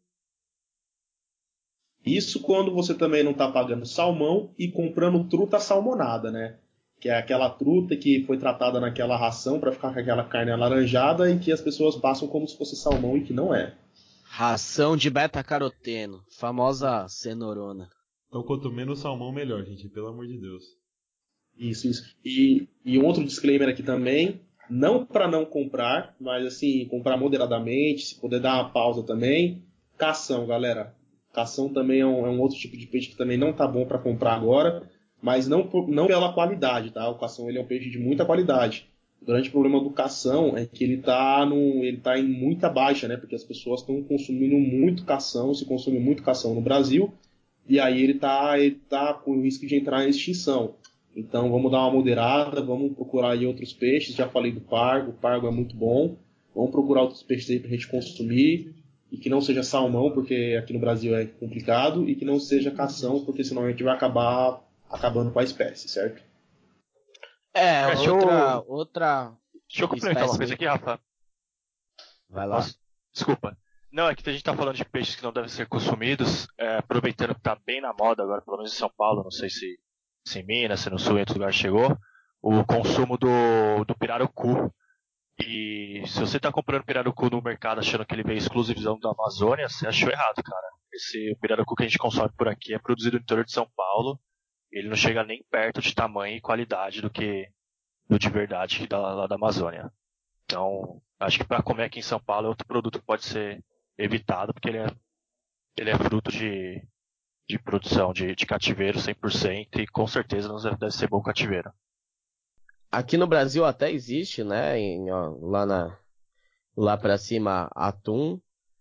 Isso quando você também não está pagando salmão e comprando truta salmonada, né? Que é aquela truta que foi tratada naquela ração para ficar com aquela carne alaranjada e que as pessoas passam como se fosse salmão e que não é. Ração de beta-caroteno, famosa cenourona. Então, quanto menos salmão, melhor, gente, pelo amor de Deus. Isso. E um outro disclaimer aqui também, não para não comprar, mas assim, comprar moderadamente, se puder dar uma pausa também. Cação, galera. Cação também é um outro tipo de peixe que também não tá bom para comprar agora, mas não pela qualidade, tá? O cação ele é um peixe de muita qualidade. O grande problema do cação é que ele tá em muita baixa, né? Porque as pessoas estão consumindo muito cação, se consome muito cação no Brasil, e aí ele tá com risco de entrar em extinção. Então vamos dar uma moderada, vamos procurar aí outros peixes. Já falei do pargo, o pargo é muito bom. Vamos procurar outros peixes aí pra gente consumir. E que não seja salmão, porque aqui no Brasil é complicado. E que não seja cação, porque senão a gente vai acabar acabando com a espécie, certo? Outra Deixa eu complementar uma coisa aqui, Rafa. Vai lá. Desculpa. Não, é que a gente tá falando de peixes que não devem ser consumidos, aproveitando que tá bem na moda agora, pelo menos em São Paulo, não sei se em Minas, se no Sul, em outro lugar chegou, o consumo do pirarucu. E se você tá comprando pirarucu no mercado achando que ele veio exclusivizão da Amazônia, você achou errado, cara. Esse pirarucu que a gente consome por aqui é produzido no interior de São Paulo, ele não chega nem perto de tamanho e qualidade do de verdade que dá lá da Amazônia. Então, acho que para comer aqui em São Paulo é outro produto que pode ser evitado, porque ele é fruto de produção de cativeiro 100% e com certeza não deve ser bom cativeiro. Aqui no Brasil até existe, né? Lá pra cima, atum.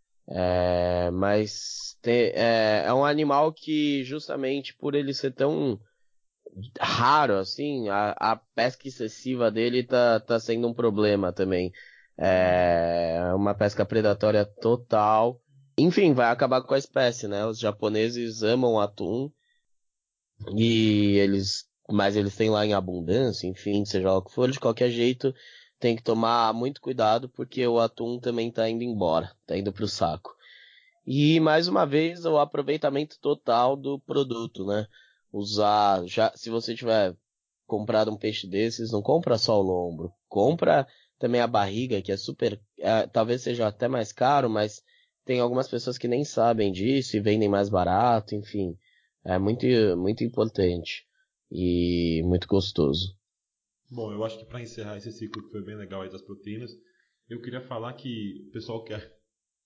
Mas é um animal que, justamente por ele ser tão raro, assim, a pesca excessiva dele tá sendo um problema também. É uma pesca predatória total. Enfim, vai acabar com a espécie, né? Os japoneses amam atum mas eles têm lá em abundância, enfim, seja lá o que for, de qualquer jeito, tem que tomar muito cuidado porque o atum também tá indo embora, tá indo pro saco. E mais uma vez o aproveitamento total do produto, né? Se você tiver comprado um peixe desses, não compra só o lombo, compra também a barriga, que é super, talvez seja até mais caro, mas tem algumas pessoas que nem sabem disso e vendem mais barato, enfim, é muito, muito importante e muito gostoso. Bom, eu acho que para encerrar esse ciclo que foi bem legal aí das proteínas, eu queria falar que o pessoal quer.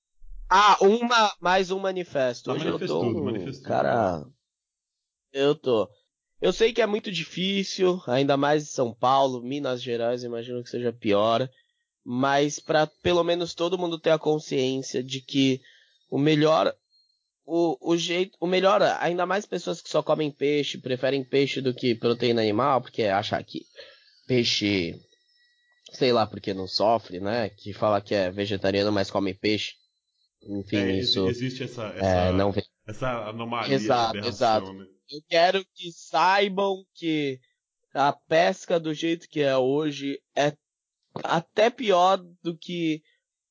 Mais um manifesto. Tá, Hoje eu tô manifestou, cara, eu tô. Eu sei que é muito difícil, ainda mais em São Paulo, Minas Gerais, imagino que seja pior, mas para pelo menos todo mundo ter a consciência de que o melhor, o melhor, ainda mais pessoas que só comem peixe, preferem peixe do que proteína animal, porque achar que peixe, sei lá, porque não sofre, né? Que fala que é vegetariano, mas come peixe. Enfim, isso existe não vem. essa anomalia, essa Exato, exato. aberração, né? Eu quero que saibam que a pesca do jeito que é hoje é até pior do que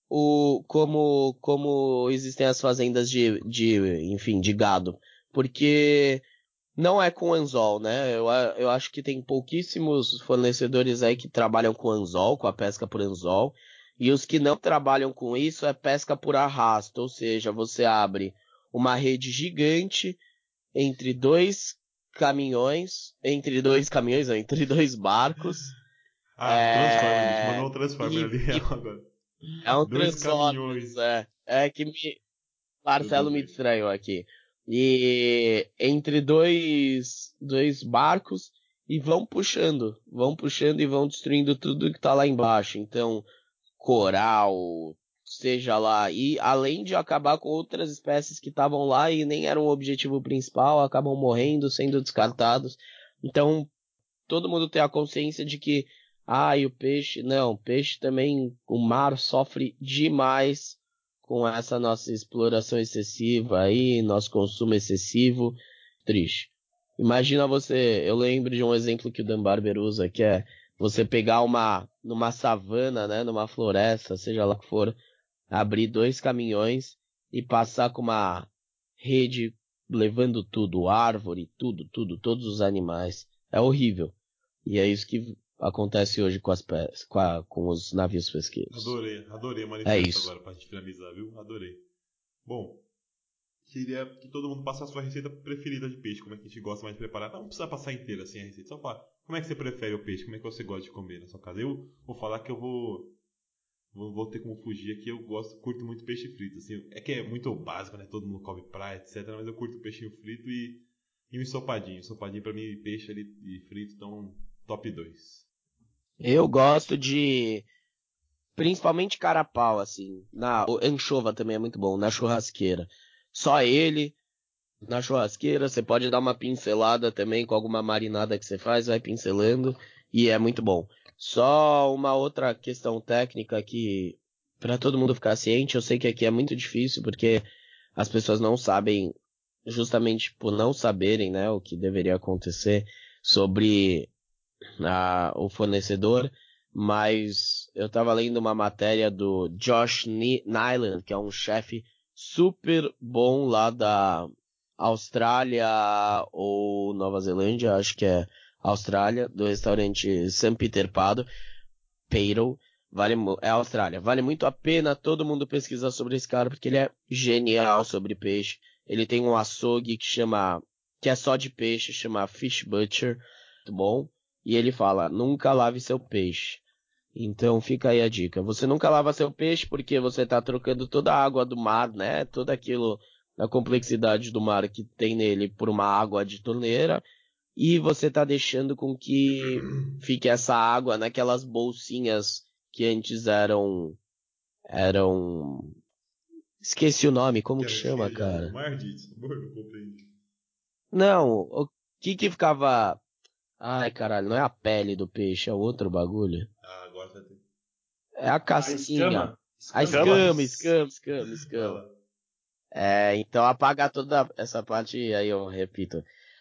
como existem as fazendas enfim, de gado. Porque não é com anzol, né? Eu acho que tem pouquíssimos fornecedores aí que trabalham com anzol, com a pesca por anzol. E os que não trabalham com isso é pesca por arrasto, ou seja, você abre uma rede gigante entre dois barcos. Ah, Transformer, a gente mandou um Transformer E, ali e agora. é um 2 caminhões. Transformers, é que Marcelo Tudo me bem. distraiu aqui. E entre dois barcos e vão puxando e vão destruindo tudo que tá lá embaixo. Então, coral, seja lá, e além de acabar com outras espécies que estavam lá e nem eram o objetivo principal, acabam morrendo, sendo descartados. Então, todo mundo tem a consciência de que, e o peixe, não, o peixe também, o mar sofre demais com essa nossa exploração excessiva aí, nosso consumo excessivo, triste. Imagina eu lembro de um exemplo que o Dan Barber usa, que é você pegar numa savana, né, numa floresta, seja lá o que for, abrir 2 caminhões e passar com uma rede levando tudo, árvore, tudo, todos os animais. É horrível. E é isso que acontece hoje com os navios pesqueiros. Adorei o É manifesto isso. agora pra gente finalizar, viu? Adorei. Bom, queria que todo mundo passasse a sua receita preferida de peixe, como é que a gente gosta mais de preparar. Não precisa passar inteira assim a receita, só falar como é que você prefere o peixe, como é que você gosta de comer na sua casa. Eu vou falar que eu vou ter como fugir aqui, curto muito peixe frito. Assim, é que é muito básico, né? Todo mundo come praia, etc. Mas eu curto peixinho frito e um ensopadinho. Ensopadinho pra mim, peixe ali e frito estão top 2. Eu gosto principalmente carapau, assim. O anchova também é muito bom, na churrasqueira. Só ele, na churrasqueira, você pode dar uma pincelada também com alguma marinada que você faz, vai pincelando e é muito bom. Só uma outra questão técnica que, para todo mundo ficar ciente, eu sei que aqui é muito difícil porque as pessoas não sabem, justamente por não saberem, né, o que deveria acontecer sobre o fornecedor, mas eu tava lendo uma matéria do Josh Nyland, que é um chefe super bom lá da Austrália ou Nova Zelândia, acho que é Austrália, do restaurante St. Peter Paddle, é Austrália. Vale muito a pena todo mundo pesquisar sobre esse cara, porque ele é genial sobre peixe. Ele tem um açougue que é só de peixe, chama Fish Butcher, muito bom. E ele fala, nunca lave seu peixe. Então fica aí a dica. Você nunca lava seu peixe porque você está trocando toda a água do mar, né? Tudo aquilo, a complexidade do mar que tem nele por uma água de torneira. E você está deixando com que fique essa água naquelas bolsinhas que antes eram... Esqueci o nome, como que chama, De água do cara? mar, de sabor, não compreendi. Não, o que ficava... Ai, caralho, não é a pele do peixe, é outro bagulho. Ah, agora você tem. É a A casquinha. escama. A Vai escama. lá. Então apaga toda essa parte e aí eu repito.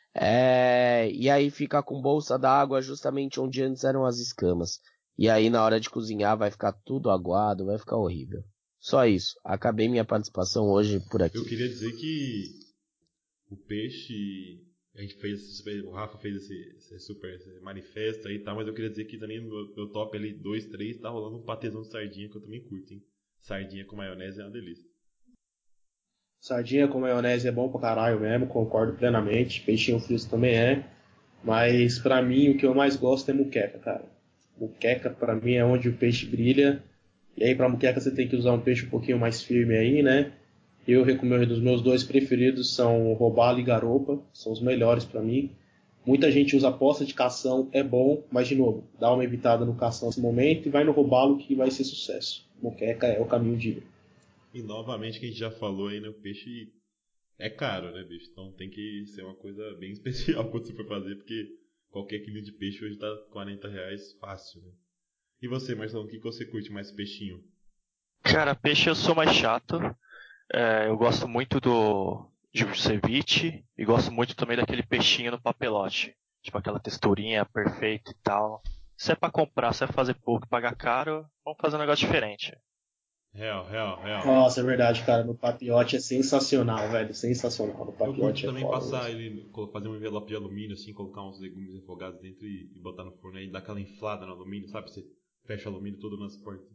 E aí fica com bolsa d'água justamente onde antes eram as escamas. E aí na hora de cozinhar vai ficar tudo aguado, vai ficar horrível. Só isso. Acabei minha participação hoje por aqui. Eu queria dizer que o peixe, a gente fez o Rafa fez esse manifesto aí e tal, mas eu queria dizer que também no meu top ali 2, 3 tá rolando um patezão de sardinha que eu também curto, hein? Sardinha com maionese é uma delícia. Sardinha com maionese é bom pra caralho mesmo, concordo plenamente. Peixinho frito também é. Mas pra mim o que eu mais gosto é muqueca, cara. Muqueca pra mim é onde o peixe brilha. E aí pra muqueca você tem que usar um peixe um pouquinho mais firme aí, né? Eu recomendo, os meus dois preferidos são robalo e garopa, são os melhores pra mim. Muita gente usa poça de cação, é bom, mas de novo, dá uma evitada no cação nesse momento e vai no robalo que vai ser sucesso. Moqueca é o caminho de ir. E novamente que a gente já falou aí, né? O peixe é caro, né, bicho? Então tem que ser uma coisa bem especial quando você for fazer, porque qualquer quilo de peixe hoje tá R$ 40 fácil, né? E você, Marcelo, o que você curte mais peixinho? Cara, peixe eu sou mais chato. Eu gosto muito de ceviche e gosto muito também daquele peixinho no papelote. Tipo aquela texturinha perfeita e tal. Se é pra comprar, se é fazer pouco e pagar caro, vamos fazer um negócio diferente. Real, real, real. Nossa, é verdade, cara. No papiote é sensacional, velho. Sensacional. No Eu curto papiote é também foda passar mesmo. ele, fazer um envelope de alumínio, assim, colocar uns legumes refogados dentro e botar no forno aí, dar aquela inflada no alumínio, sabe? Você fecha o alumínio todo nas portas.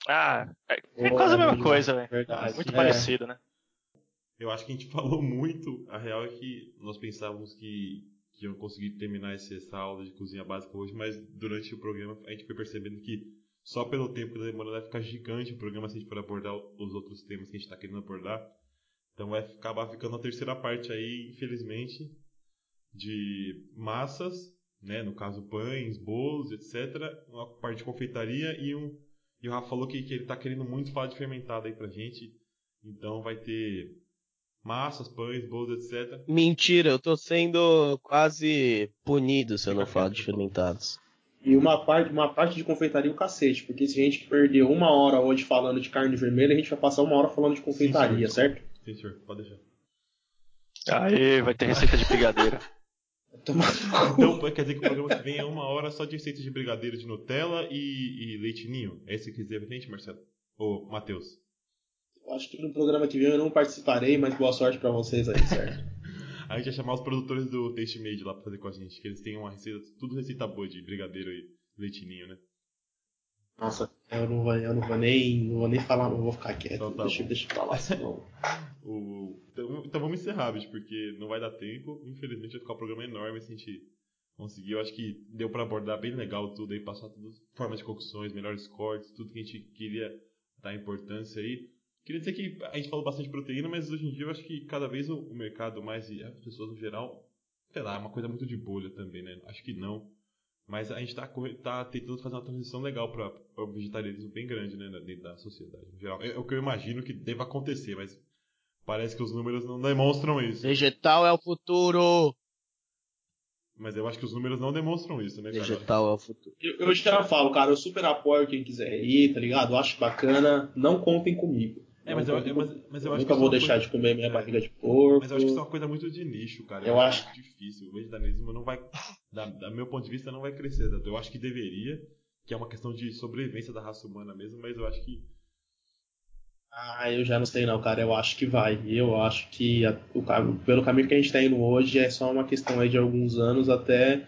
É Pô, quase a é bom mesma demais. coisa, velho. Verdade. Muito É. parecido, né? Eu acho que a gente falou muito. A real é que nós pensávamos que iam conseguir terminar essa aula de cozinha básica hoje, mas durante o programa a gente foi percebendo que só pelo tempo que demora vai ficar gigante o programa se a gente for abordar os outros temas que a gente está querendo abordar. Então vai acabar ficando a terceira parte aí, infelizmente, de massas, né? No caso pães, bolos, etc. Uma parte de confeitaria e o Rafa falou que ele está querendo muito falar de fermentado aí pra gente. Então vai ter massas, pães, bolos, etc. Mentira, eu tô sendo quase punido se eu Fica não falar quieto, de por favor. fermentados. E uma parte de confeitaria o cacete, porque se a gente perdeu 1 hora hoje falando de carne vermelha, a gente vai passar 1 hora falando de Sim, senhor, confeitaria, desculpa. certo? Sim, senhor, pode deixar. Aí vai ter receita de brigadeiro. Tomar no cu. Então quer dizer que o programa que vem é 1 hora só de receitas de brigadeiro de Nutella e leite ninho? É esse que quer dizer pra gente, Marcelo? Ô, Matheus. Acho que no programa que vem eu não participarei, mas boa sorte pra vocês aí, certo? A gente vai chamar os produtores do Taste Made lá pra fazer com a gente, que eles têm uma receita, tudo receita boa de brigadeiro e leite ninho, né? Nossa, eu não vou nem falar, não vou ficar quieto. Então tá deixa, bom. deixa eu falar, senão. Então vamos encerrar, bicho, porque não vai dar tempo. Infelizmente vai ficar um programa enorme se a gente conseguir. Eu acho que deu pra abordar bem legal tudo aí, passar tudo, formas de cocções, melhores cortes, tudo que a gente queria dar importância aí. Queria dizer que a gente falou bastante de proteína, mas hoje em dia eu acho que cada vez o mercado mais e as pessoas no geral, sei lá, é uma coisa muito de bolha também, né? Acho que não. Mas a gente tá tentando fazer uma transição legal para o vegetarianismo bem grande, né, dentro da sociedade no geral. É o que eu imagino que deva acontecer, mas parece que os números não demonstram isso. Vegetal é o futuro! Mas eu acho que os números não demonstram isso, né, cara? Vegetal é o futuro. Eu já falo, cara, eu super apoio quem quiser ir, tá ligado? Eu acho bacana, não contem comigo. Mas eu acho Nunca que vou isso é uma deixar coisa... de comer minha barriga de porco. Mas eu acho que isso é uma coisa muito de nicho, cara. Eu acho muito difícil. O vegetarianismo não vai, do meu ponto de vista, não vai crescer. Eu acho que deveria, que é uma questão de sobrevivência da raça humana mesmo, mas eu acho que... Eu já não sei não, cara. Eu acho que vai. Eu acho que pelo caminho que a gente tá indo hoje é só uma questão aí de alguns anos até...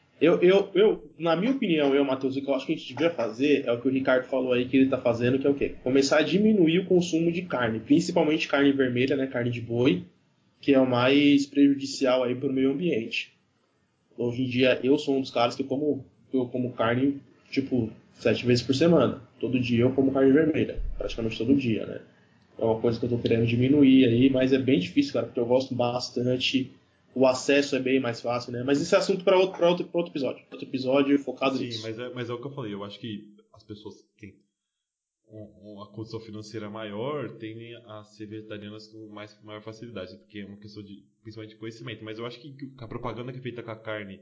Na minha opinião, Matheus, o que eu acho que a gente devia fazer é o que o Ricardo falou aí que ele tá fazendo, que é o quê? Começar a diminuir o consumo de carne, principalmente carne vermelha, né? Carne de boi, que é o mais prejudicial aí pro meio ambiente. Hoje em dia, eu sou um dos caras que eu como carne, tipo, 7 vezes por semana. Todo dia eu como carne vermelha, praticamente todo dia, né? É uma coisa que eu tô querendo diminuir aí, mas é bem difícil, cara, porque eu gosto bastante. O acesso é bem mais fácil, né? Mas esse é assunto para outro episódio. Outro episódio focado nisso. Sim, mas é o que eu falei. Eu acho que as pessoas que têm uma condição financeira maior tendem a ser vegetarianas com maior facilidade, porque é uma questão principalmente de conhecimento. Mas eu acho que a propaganda que é feita com a carne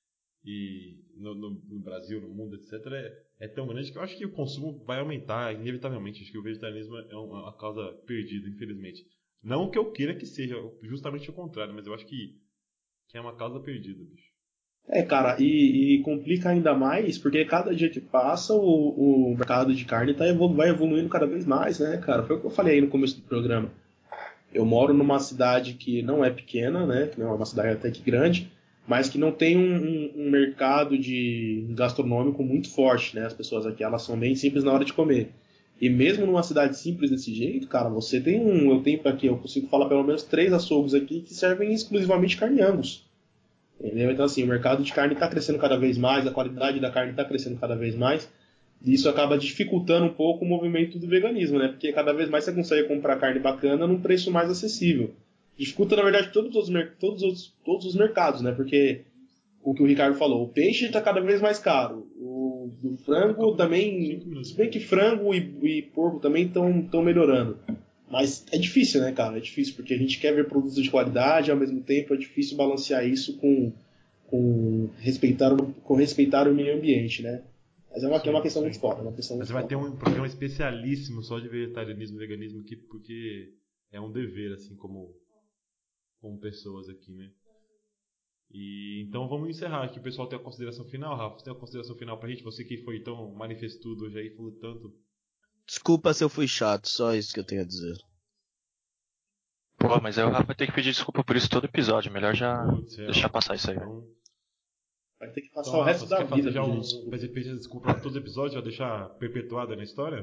e no Brasil, no mundo, etc., é tão grande que eu acho que o consumo vai aumentar inevitavelmente. Acho que o vegetarianismo é uma causa perdida, infelizmente. Não que eu queira que seja, justamente o contrário, mas eu acho que é uma causa perdida, bicho. Cara, e complica ainda mais, porque cada dia que passa o mercado de carne vai evoluindo cada vez mais, né, cara? Foi o que eu falei aí no começo do programa. Eu moro numa cidade que não é pequena, né? Que não é uma cidade até que grande, mas que não tem um mercado de gastronômico muito forte, né? As pessoas aqui, elas são bem simples na hora de comer. E mesmo numa cidade simples desse jeito, cara, você tem eu consigo falar pelo menos 3 açougues aqui que servem exclusivamente carne Angus. Entendeu? Então, assim, o mercado de carne está crescendo cada vez mais, a qualidade da carne está crescendo cada vez mais, e isso acaba dificultando um pouco o movimento do veganismo, né? Porque cada vez mais você consegue comprar carne bacana num preço mais acessível. Dificulta, na verdade, todos os mercados, né? Porque o que o Ricardo falou, o peixe está cada vez mais caro, o frango também, se bem que frango e porco também estão melhorando. Mas é difícil, né, cara? É difícil, porque a gente quer ver produtos de qualidade, ao mesmo tempo é difícil balancear isso com respeitar o meio ambiente, né? Mas é uma questão muito forte. Mas você vai ter um programa especialíssimo só de vegetarianismo e veganismo, porque é um dever, assim, como pessoas aqui, né? E então vamos encerrar aqui. O pessoal tem a consideração final, Rafa? Você tem a consideração final pra gente? Você que foi tão manifestudo hoje aí, falou tanto. Desculpa se eu fui chato, só isso que eu tenho a dizer. Pô, mas aí o Rafa vai ter que pedir desculpa por isso todo episódio. Melhor já deixar passar isso aí. Então, vai ter que passar o resto da vida. Vai pedir desculpa pra todos os episódios? Vai deixar perpetuada na história?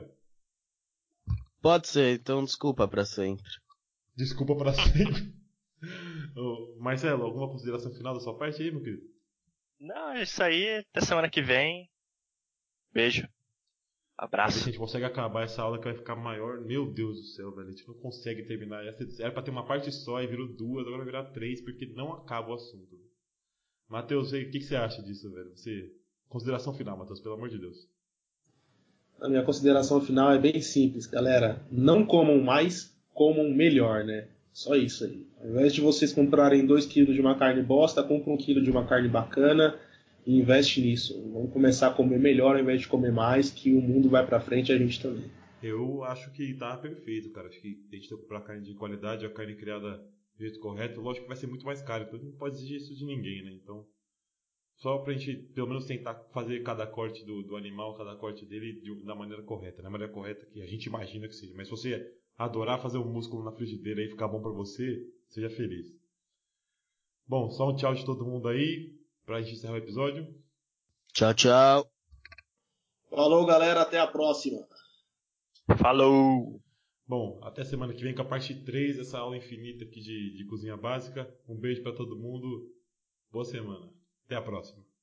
Pode ser, então desculpa pra sempre. Desculpa pra sempre. Marcelo, alguma consideração final da sua parte aí, meu querido? Não, é isso aí. Até semana que vem. Beijo. Abraço. Pra ver se a gente consegue acabar essa aula que vai ficar maior. Meu Deus do céu, velho. A gente não consegue terminar. Era pra ter uma parte só e virou 2, agora vai virar 3, porque não acaba o assunto. Matheus, o que você acha disso, velho? Consideração final, Matheus, pelo amor de Deus. A minha consideração final é bem simples, galera. Não comam mais, comam melhor, né? Só isso aí. Ao invés de vocês comprarem 2 kg de uma carne bosta, compra 1 kg de uma carne bacana e investe nisso. Vamos começar a comer melhor ao invés de comer mais, que o mundo vai pra frente e a gente também. Eu acho que tá perfeito, cara. Acho que a gente tem que comprar carne de qualidade, a carne criada do jeito correto. Lógico que vai ser muito mais caro, então a gente não pode exigir isso de ninguém, né? Então, só pra gente, pelo menos, tentar fazer cada corte do animal, cada corte dele da maneira correta, né? Da maneira correta que a gente imagina que seja. Mas se você adorar fazer um músculo na frigideira e ficar bom pra você, seja feliz. Bom, só um tchau de todo mundo aí, pra gente encerrar o episódio. Tchau, tchau. Falou, galera. Até a próxima. Falou! Bom, até semana que vem com a parte 3 dessa aula infinita aqui de cozinha básica. Um beijo pra todo mundo. Boa semana. Até a próxima.